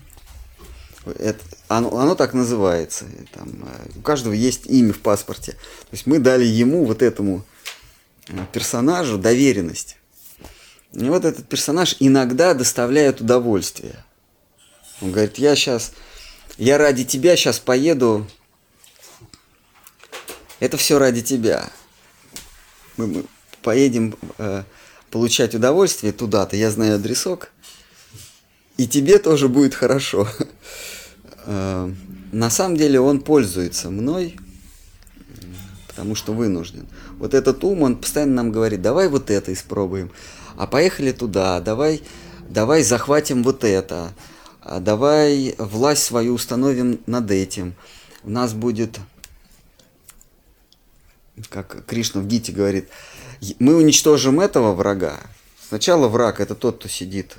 Оно так называется. Там, у каждого есть имя в паспорте. То есть мы дали ему, вот этому персонажу, доверенность. И вот этот персонаж иногда доставляет удовольствие. Он говорит, я ради тебя сейчас поеду. Это все ради тебя. Мы поедем получать удовольствие туда-то, я знаю адресок. И тебе тоже будет хорошо. На самом деле он пользуется мной, потому что вынужден. Вот этот ум, он постоянно нам говорит, давай вот это испробуем, а поехали туда, давай захватим вот это, давай власть свою установим над этим. У нас будет, как Кришна в Гите говорит, мы уничтожим этого врага. Сначала враг – это тот, кто сидит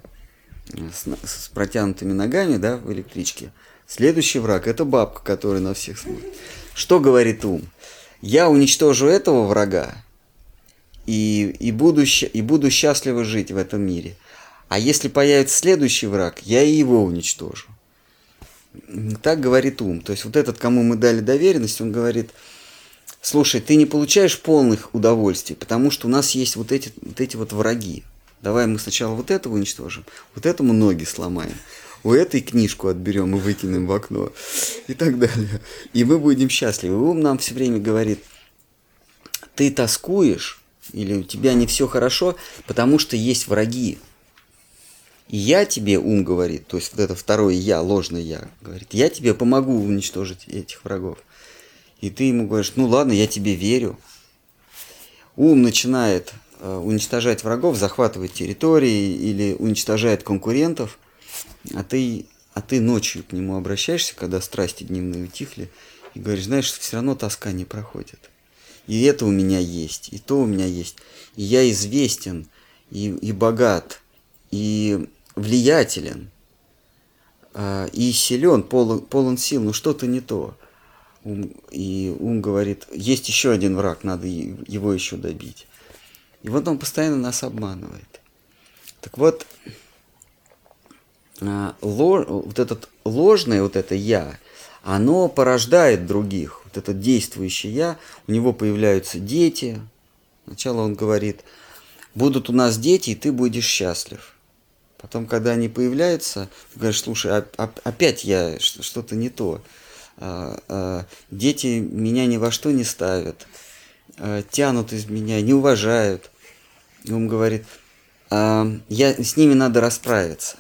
с протянутыми ногами, да, в электричке. Следующий враг – это бабка, которая на всех смотрит. Что говорит ум? Я уничтожу этого врага и буду счастливо жить в этом мире. А если появится следующий враг, я и его уничтожу. Так говорит ум. То есть вот этот, кому мы дали доверенность, он говорит, слушай, ты не получаешь полных удовольствий, потому что у нас есть вот эти враги. Давай мы сначала вот этого уничтожим, вот этому ноги сломаем, у этой книжку отберем и выкинем в окно и так далее. И мы будем счастливы. Ум нам все время говорит, ты тоскуешь или у тебя не все хорошо, потому что есть враги. И я тебе, ум говорит, то есть вот это второе я, ложное я, говорит, я тебе помогу уничтожить этих врагов. И ты ему говоришь, ну ладно, я тебе верю. Ум начинает уничтожать врагов, захватывать территории или уничтожает конкурентов. а ты ночью к нему обращаешься, когда страсти дневные утихли, и говоришь, знаешь, все равно тоска не проходит. И это у меня есть, и то у меня есть. И я известен, и богат, и влиятелен, и силен, полон сил, но что-то не то. И ум говорит, есть еще один враг, надо его еще добить. И вот он постоянно нас обманывает. Так вот, вот этот ложное, вот это «я», оно порождает других. Вот это действующее «я», у него появляются дети. Сначала он говорит, будут у нас дети, и ты будешь счастлив. Потом, когда они появляются, ты говоришь, слушай, опять я, что-то не то. Дети меня ни во что не ставят, тянут из меня, не уважают. И он говорит, с ними надо расправиться.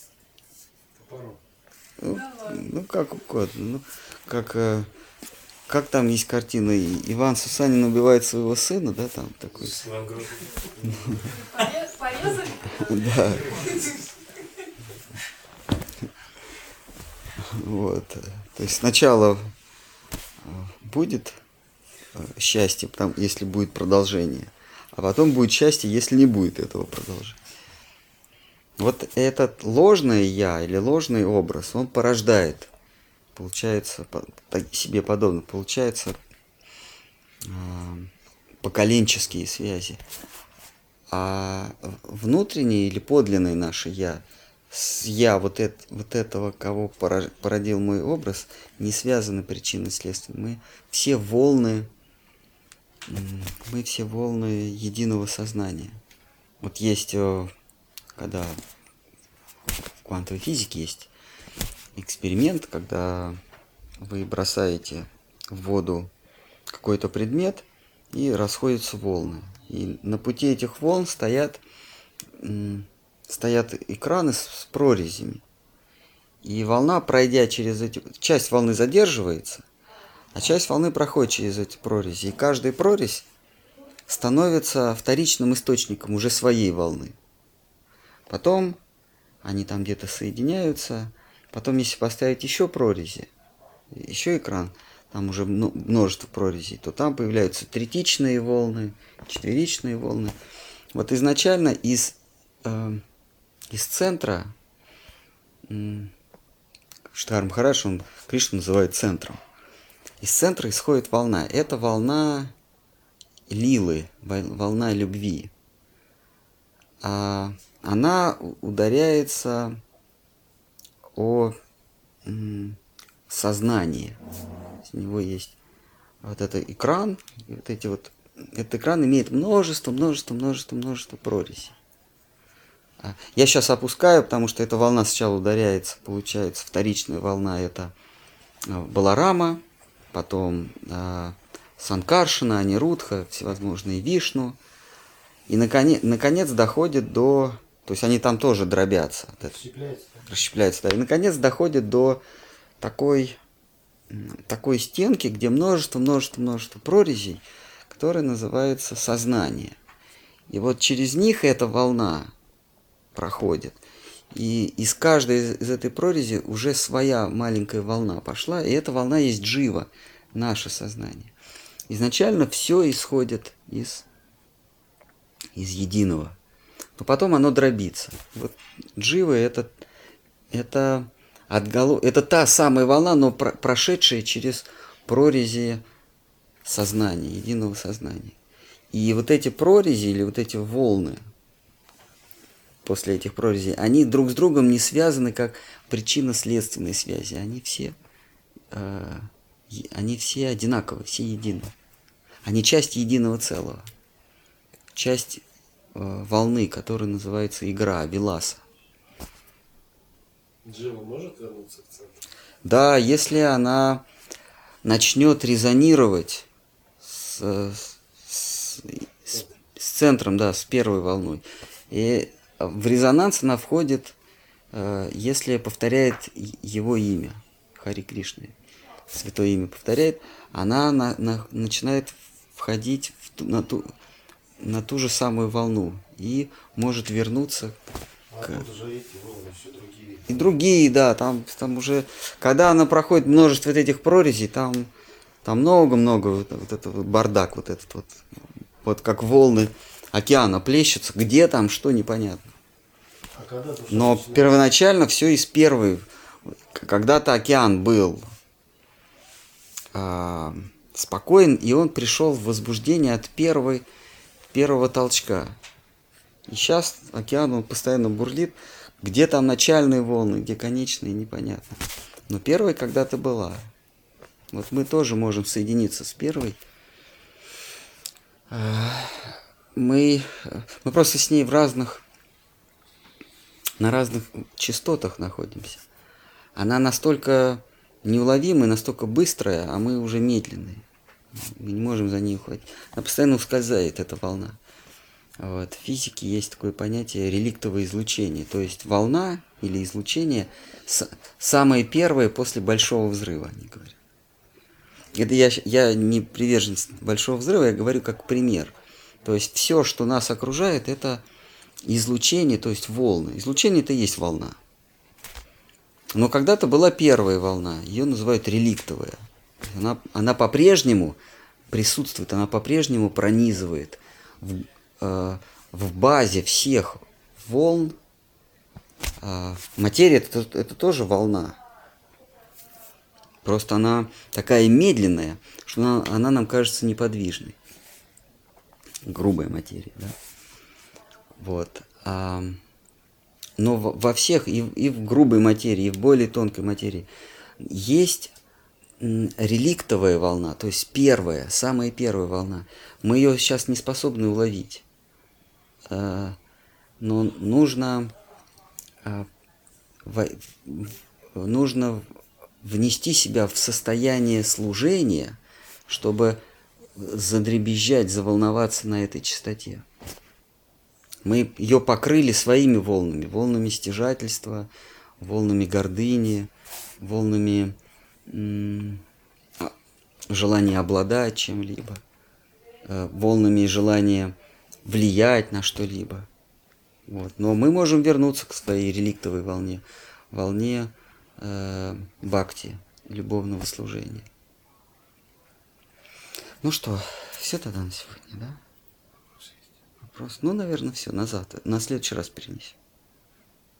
Ну, как угодно. Ну, как там есть картина, Иван Сусанин убивает своего сына, да, там такой. Порезали? Да. Вот. То есть сначала будет счастье, если будет продолжение, а потом будет счастье, если не будет этого продолжения. Вот этот ложное «я» или ложный образ, он порождает, получается, себе подобно, получается, поколенческие связи. А внутреннее или подлинное наше «я», «я» вот этого, кого породил мой образ, не связаны причины следствия. Мы все волны единого сознания. Вот есть, когда в квантовой физике есть эксперимент, когда вы бросаете в воду какой-то предмет, и расходятся волны. И на пути этих волн стоят экраны с прорезями. И волна, пройдя через часть волны задерживается, а часть волны проходит через эти прорези. И каждая прорезь становится вторичным источником уже своей волны. Потом они там где-то соединяются. Потом, если поставить еще прорези, еще экран, там уже множество прорезей, то там появляются третичные волны, четверичные волны. Вот изначально из центра, Штхар Махарадж, он Кришну называет центром. Из центра исходит волна. Это волна лилы, волна любви. Она ударяется о сознание. У него есть вот этот экран, и этот экран имеет множество прорезей. Я сейчас опускаю, потому что эта волна сначала ударяется, получается вторичная волна, это Баларама, потом Санкаршана, Анирудха, всевозможные Вишну, и наконец доходит до, то есть они там тоже дробятся, расщепляются, да, и наконец доходит до такой стенки, где множество прорезей, которые называются сознание. И вот через них эта волна проходит. И из каждой из этой прорези уже своя маленькая волна пошла, и эта волна есть джива, наше сознание. Изначально все исходит из единого. Но потом оно дробится. Вот джива это та самая волна, но прошедшая через прорези сознания, единого сознания. И вот эти прорези или вот эти волны после этих прорезей, они друг с другом не связаны как причинно-следственные связи. Они все одинаковые, все едины. Они часть единого целого. Часть волны, которая называется игра, виласа. Джива может вернуться к центру? Да, если она начнет резонировать с центром, да, с первой волной. И в резонанс она входит, если повторяет его имя, Хари Кришна, святое имя повторяет, она начинает входить на ту же самую волну и может вернуться А тут уже эти волны еще другие. И другие, да, там уже, когда она проходит множество вот этих прорезей, там много-много вот этот вот бардак, вот этот вот как волны океана плещутся, где там, что непонятно. А когда душа Но начинает- первоначально все из первой, когда-то океан был спокоен, и он пришел в возбуждение от первого толчка. И сейчас океан, он постоянно бурлит. Где там начальные волны, где конечные, непонятно. Но первая когда-то была. Вот мы тоже можем соединиться с первой. Мы просто с ней на разных частотах находимся. Она настолько неуловимая, настолько быстрая, а мы уже медленные. Мы не можем за ней ухватить. Она постоянно ускользает, эта волна. Вот. В физике есть такое понятие реликтовое излучение. То есть волна или излучение самое первое после большого взрыва, они говорят. Это я не приверженец большого взрыва, я говорю как пример. То есть все, что нас окружает, это излучение, то есть волны. Излучение это и есть волна. Но когда-то была первая волна, ее называют реликтовая. Она по-прежнему присутствует, она по-прежнему пронизывает в базе всех волн. Материя это тоже волна. Просто она такая медленная, что она нам кажется неподвижной. Грубая материя, да? Вот. Но во всех, и в грубой материи, и в более тонкой материи, есть реликтовая волна, то есть самая первая волна. Мы ее сейчас не способны уловить. Но нужно внести себя в состояние служения, чтобы задребезжать, заволноваться на этой частоте. Мы ее покрыли своими волнами, волнами стяжательства, волнами гордыни, волнами желания обладать чем-либо, волнами желания влиять на что-либо. Вот. Но мы можем вернуться к своей реликтовой волне бхакти, любовного служения. Ну что, все тогда на сегодня, да? Вопрос. Ну, наверное, все, назад. На следующий раз перенесем.